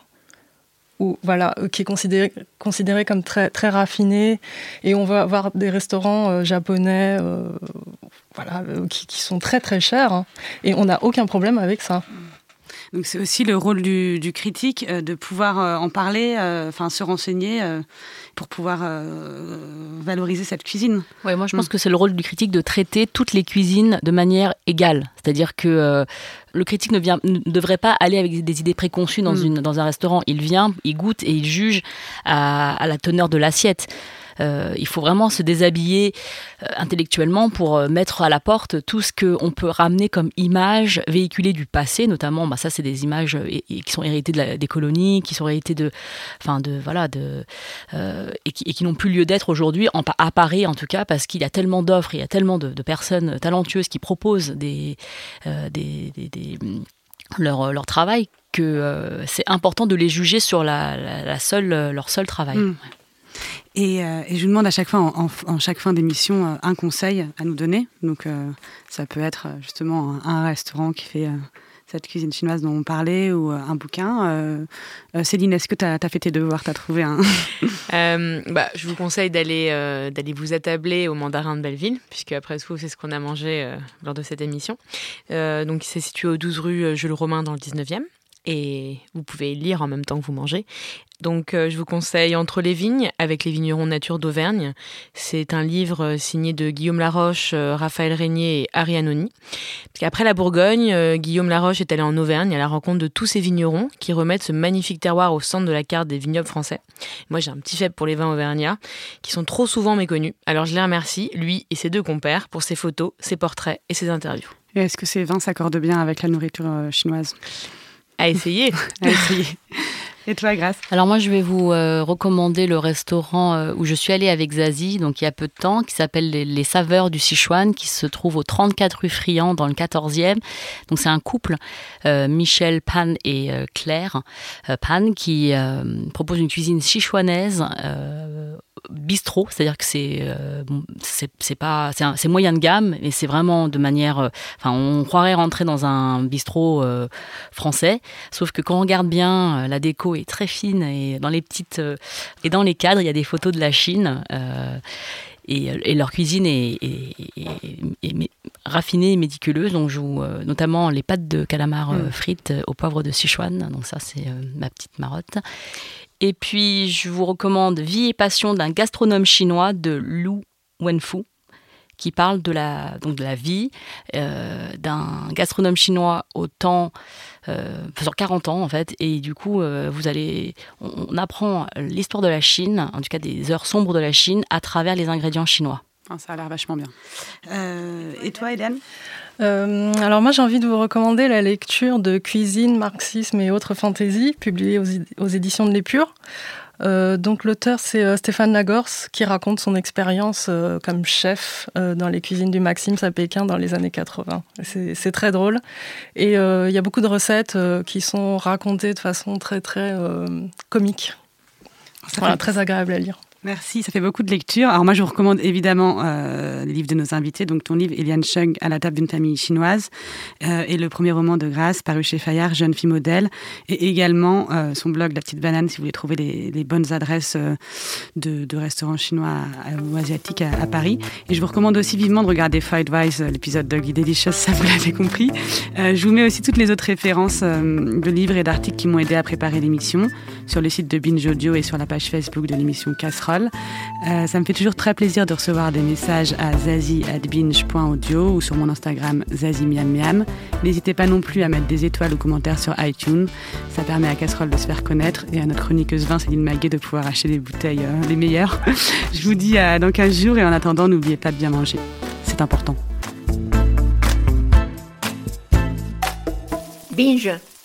où, voilà, qui est considérée considéré comme très, très raffinée. Et on va avoir des restaurants euh, japonais euh, voilà, euh, qui, qui sont très, très chers. Hein, et on n'a aucun problème avec ça. Donc c'est aussi le rôle du, du critique euh, de pouvoir euh, en parler, enfin euh, se renseigner euh, pour pouvoir euh, valoriser cette cuisine. Ouais, moi je pense mmh. que c'est le rôle du critique de traiter toutes les cuisines de manière égale. C'est-à-dire que euh, le critique ne, vient, ne devrait pas aller avec des idées préconçues dans, mmh. une, dans un restaurant. Il vient, il goûte et il juge à, à la teneur de l'assiette. Euh, il faut vraiment se déshabiller euh, intellectuellement pour euh, mettre à la porte tout ce qu'on peut ramener comme images véhiculées du passé, notamment, bah, ça c'est des images et, et qui sont héritées de la, des colonies, qui sont héritées de, enfin de voilà, de euh, et, qui, et qui n'ont plus lieu d'être aujourd'hui en, à Paris en tout cas, parce qu'il y a tellement d'offres, il y a tellement de, de personnes talentueuses qui proposent des, euh, des, des, des leur, leur travail que euh, c'est important de les juger sur la, la, la seule, leur seul travail. Mmh. Et, euh, et je vous demande à chaque fois, en, en, en chaque fin d'émission, euh, un conseil à nous donner. Donc, euh, ça peut être justement un, un restaurant qui fait euh, cette cuisine chinoise dont on parlait ou euh, un bouquin. Euh, euh, Céline, est-ce que tu as fait tes devoirs ? Tu as trouvé un... euh, bah, Je vous conseille d'aller, euh, d'aller vous attabler au Mandarin de Belleville, puisque après tout, c'est ce qu'on a mangé euh, lors de cette émission. Euh, donc, c'est situé au douze rue Jules Romain dans le dix-neuvième. Et vous pouvez lire en même temps que vous mangez. Donc, euh, je vous conseille Entre les vignes, avec les vignerons nature d'Auvergne. C'est un livre signé de Guillaume Laroche, euh, Raphaël Régnier et Harry Anoni. Parce qu'après la Bourgogne, euh, Guillaume Laroche est allé en Auvergne à la rencontre de tous ces vignerons qui remettent ce magnifique terroir au centre de la carte des vignobles français. Moi, j'ai un petit faible pour les vins auvergnats, qui sont trop souvent méconnus. Alors, je les remercie, lui et ses deux compères, pour ses photos, ses portraits et ses interviews. Et est-ce que ces vins s'accordent bien avec la nourriture euh, chinoise ? À essayer. à essayer. Et toi, Grace ? Alors moi, je vais vous euh, recommander le restaurant euh, où je suis allée avec Zazie, donc il y a peu de temps, qui s'appelle Les, les Saveurs du Sichuan, qui se trouve au trente-quatre rue Friand, dans le quatorzième. Donc c'est un couple, euh, Michel Pan et euh, Claire euh, Pan, qui euh, propose une cuisine sichuanaise, euh, bistrot, c'est-à-dire que c'est euh, c'est, c'est pas c'est, un, c'est moyen de gamme, mais c'est vraiment de manière, euh, enfin on croirait rentrer dans un bistrot euh, français, sauf que quand on regarde bien, euh, la déco est très fine et dans les petites euh, et dans les cadres il y a des photos de la Chine. Euh, Et, et leur cuisine est, est, est, est, est raffinée et méticuleuse. Donc, je joue euh, notamment les pâtes de calamar euh, frites euh, au poivre de Sichuan. Donc, ça, c'est euh, ma petite marotte. Et puis, je vous recommande Vie et passion d'un gastronome chinois de Lu Wenfu, qui parle de la, donc de la vie euh, d'un gastronome chinois au temps, euh, sur quarante ans en fait, et du coup euh, vous allez, on, on apprend l'histoire de la Chine, en tout cas des heures sombres de la Chine, à travers les ingrédients chinois. Ah, ça a l'air vachement bien. Euh, et toi, Hélène ? Euh, alors moi j'ai envie de vous recommander la lecture de Cuisine, marxisme et autres fantaisies, publiée aux, aux éditions de l'Épure. Euh, donc l'auteur, c'est euh, Stéphane Lagorce, qui raconte son expérience euh, comme chef euh, dans les cuisines du Maxim's à Pékin dans les années quatre-vingts. C'est, c'est très drôle. Et il euh, y a beaucoup de recettes euh, qui sont racontées de façon très, très euh, comique. Voilà, fait... très agréable à lire. Merci, ça fait beaucoup de lectures. Alors moi, je vous recommande évidemment euh, les livres de nos invités. Donc ton livre, Eliane Chung, À la table d'une famille chinoise, euh, et le premier roman de Grace, paru chez Fayard, Jeune fille modèle, et également euh, son blog La Petite Banane, si vous voulez trouver les, les bonnes adresses euh, de, de restaurants chinois à, à, ou asiatiques à, à Paris. Et je vous recommande aussi vivement de regarder Fried Rice, l'épisode d'Ugly Delicious, ça vous l'avez compris. Euh, je vous mets aussi toutes les autres références euh, de livres et d'articles qui m'ont aidé à préparer l'émission sur le site de Binge Audio et sur la page Facebook de l'émission Casserole. Euh, ça me fait toujours très plaisir de recevoir des messages à zazie arobase binge point audio ou sur mon Instagram zazie miam miam. N'hésitez pas non plus à mettre des étoiles ou commentaires sur iTunes. Ça permet à Casserole de se faire connaître et à notre chroniqueuse vin Céline Maguet de pouvoir acheter des bouteilles euh, les meilleures. Je vous dis à dans quinze jours et en attendant, n'oubliez pas de bien manger. C'est important. Binge.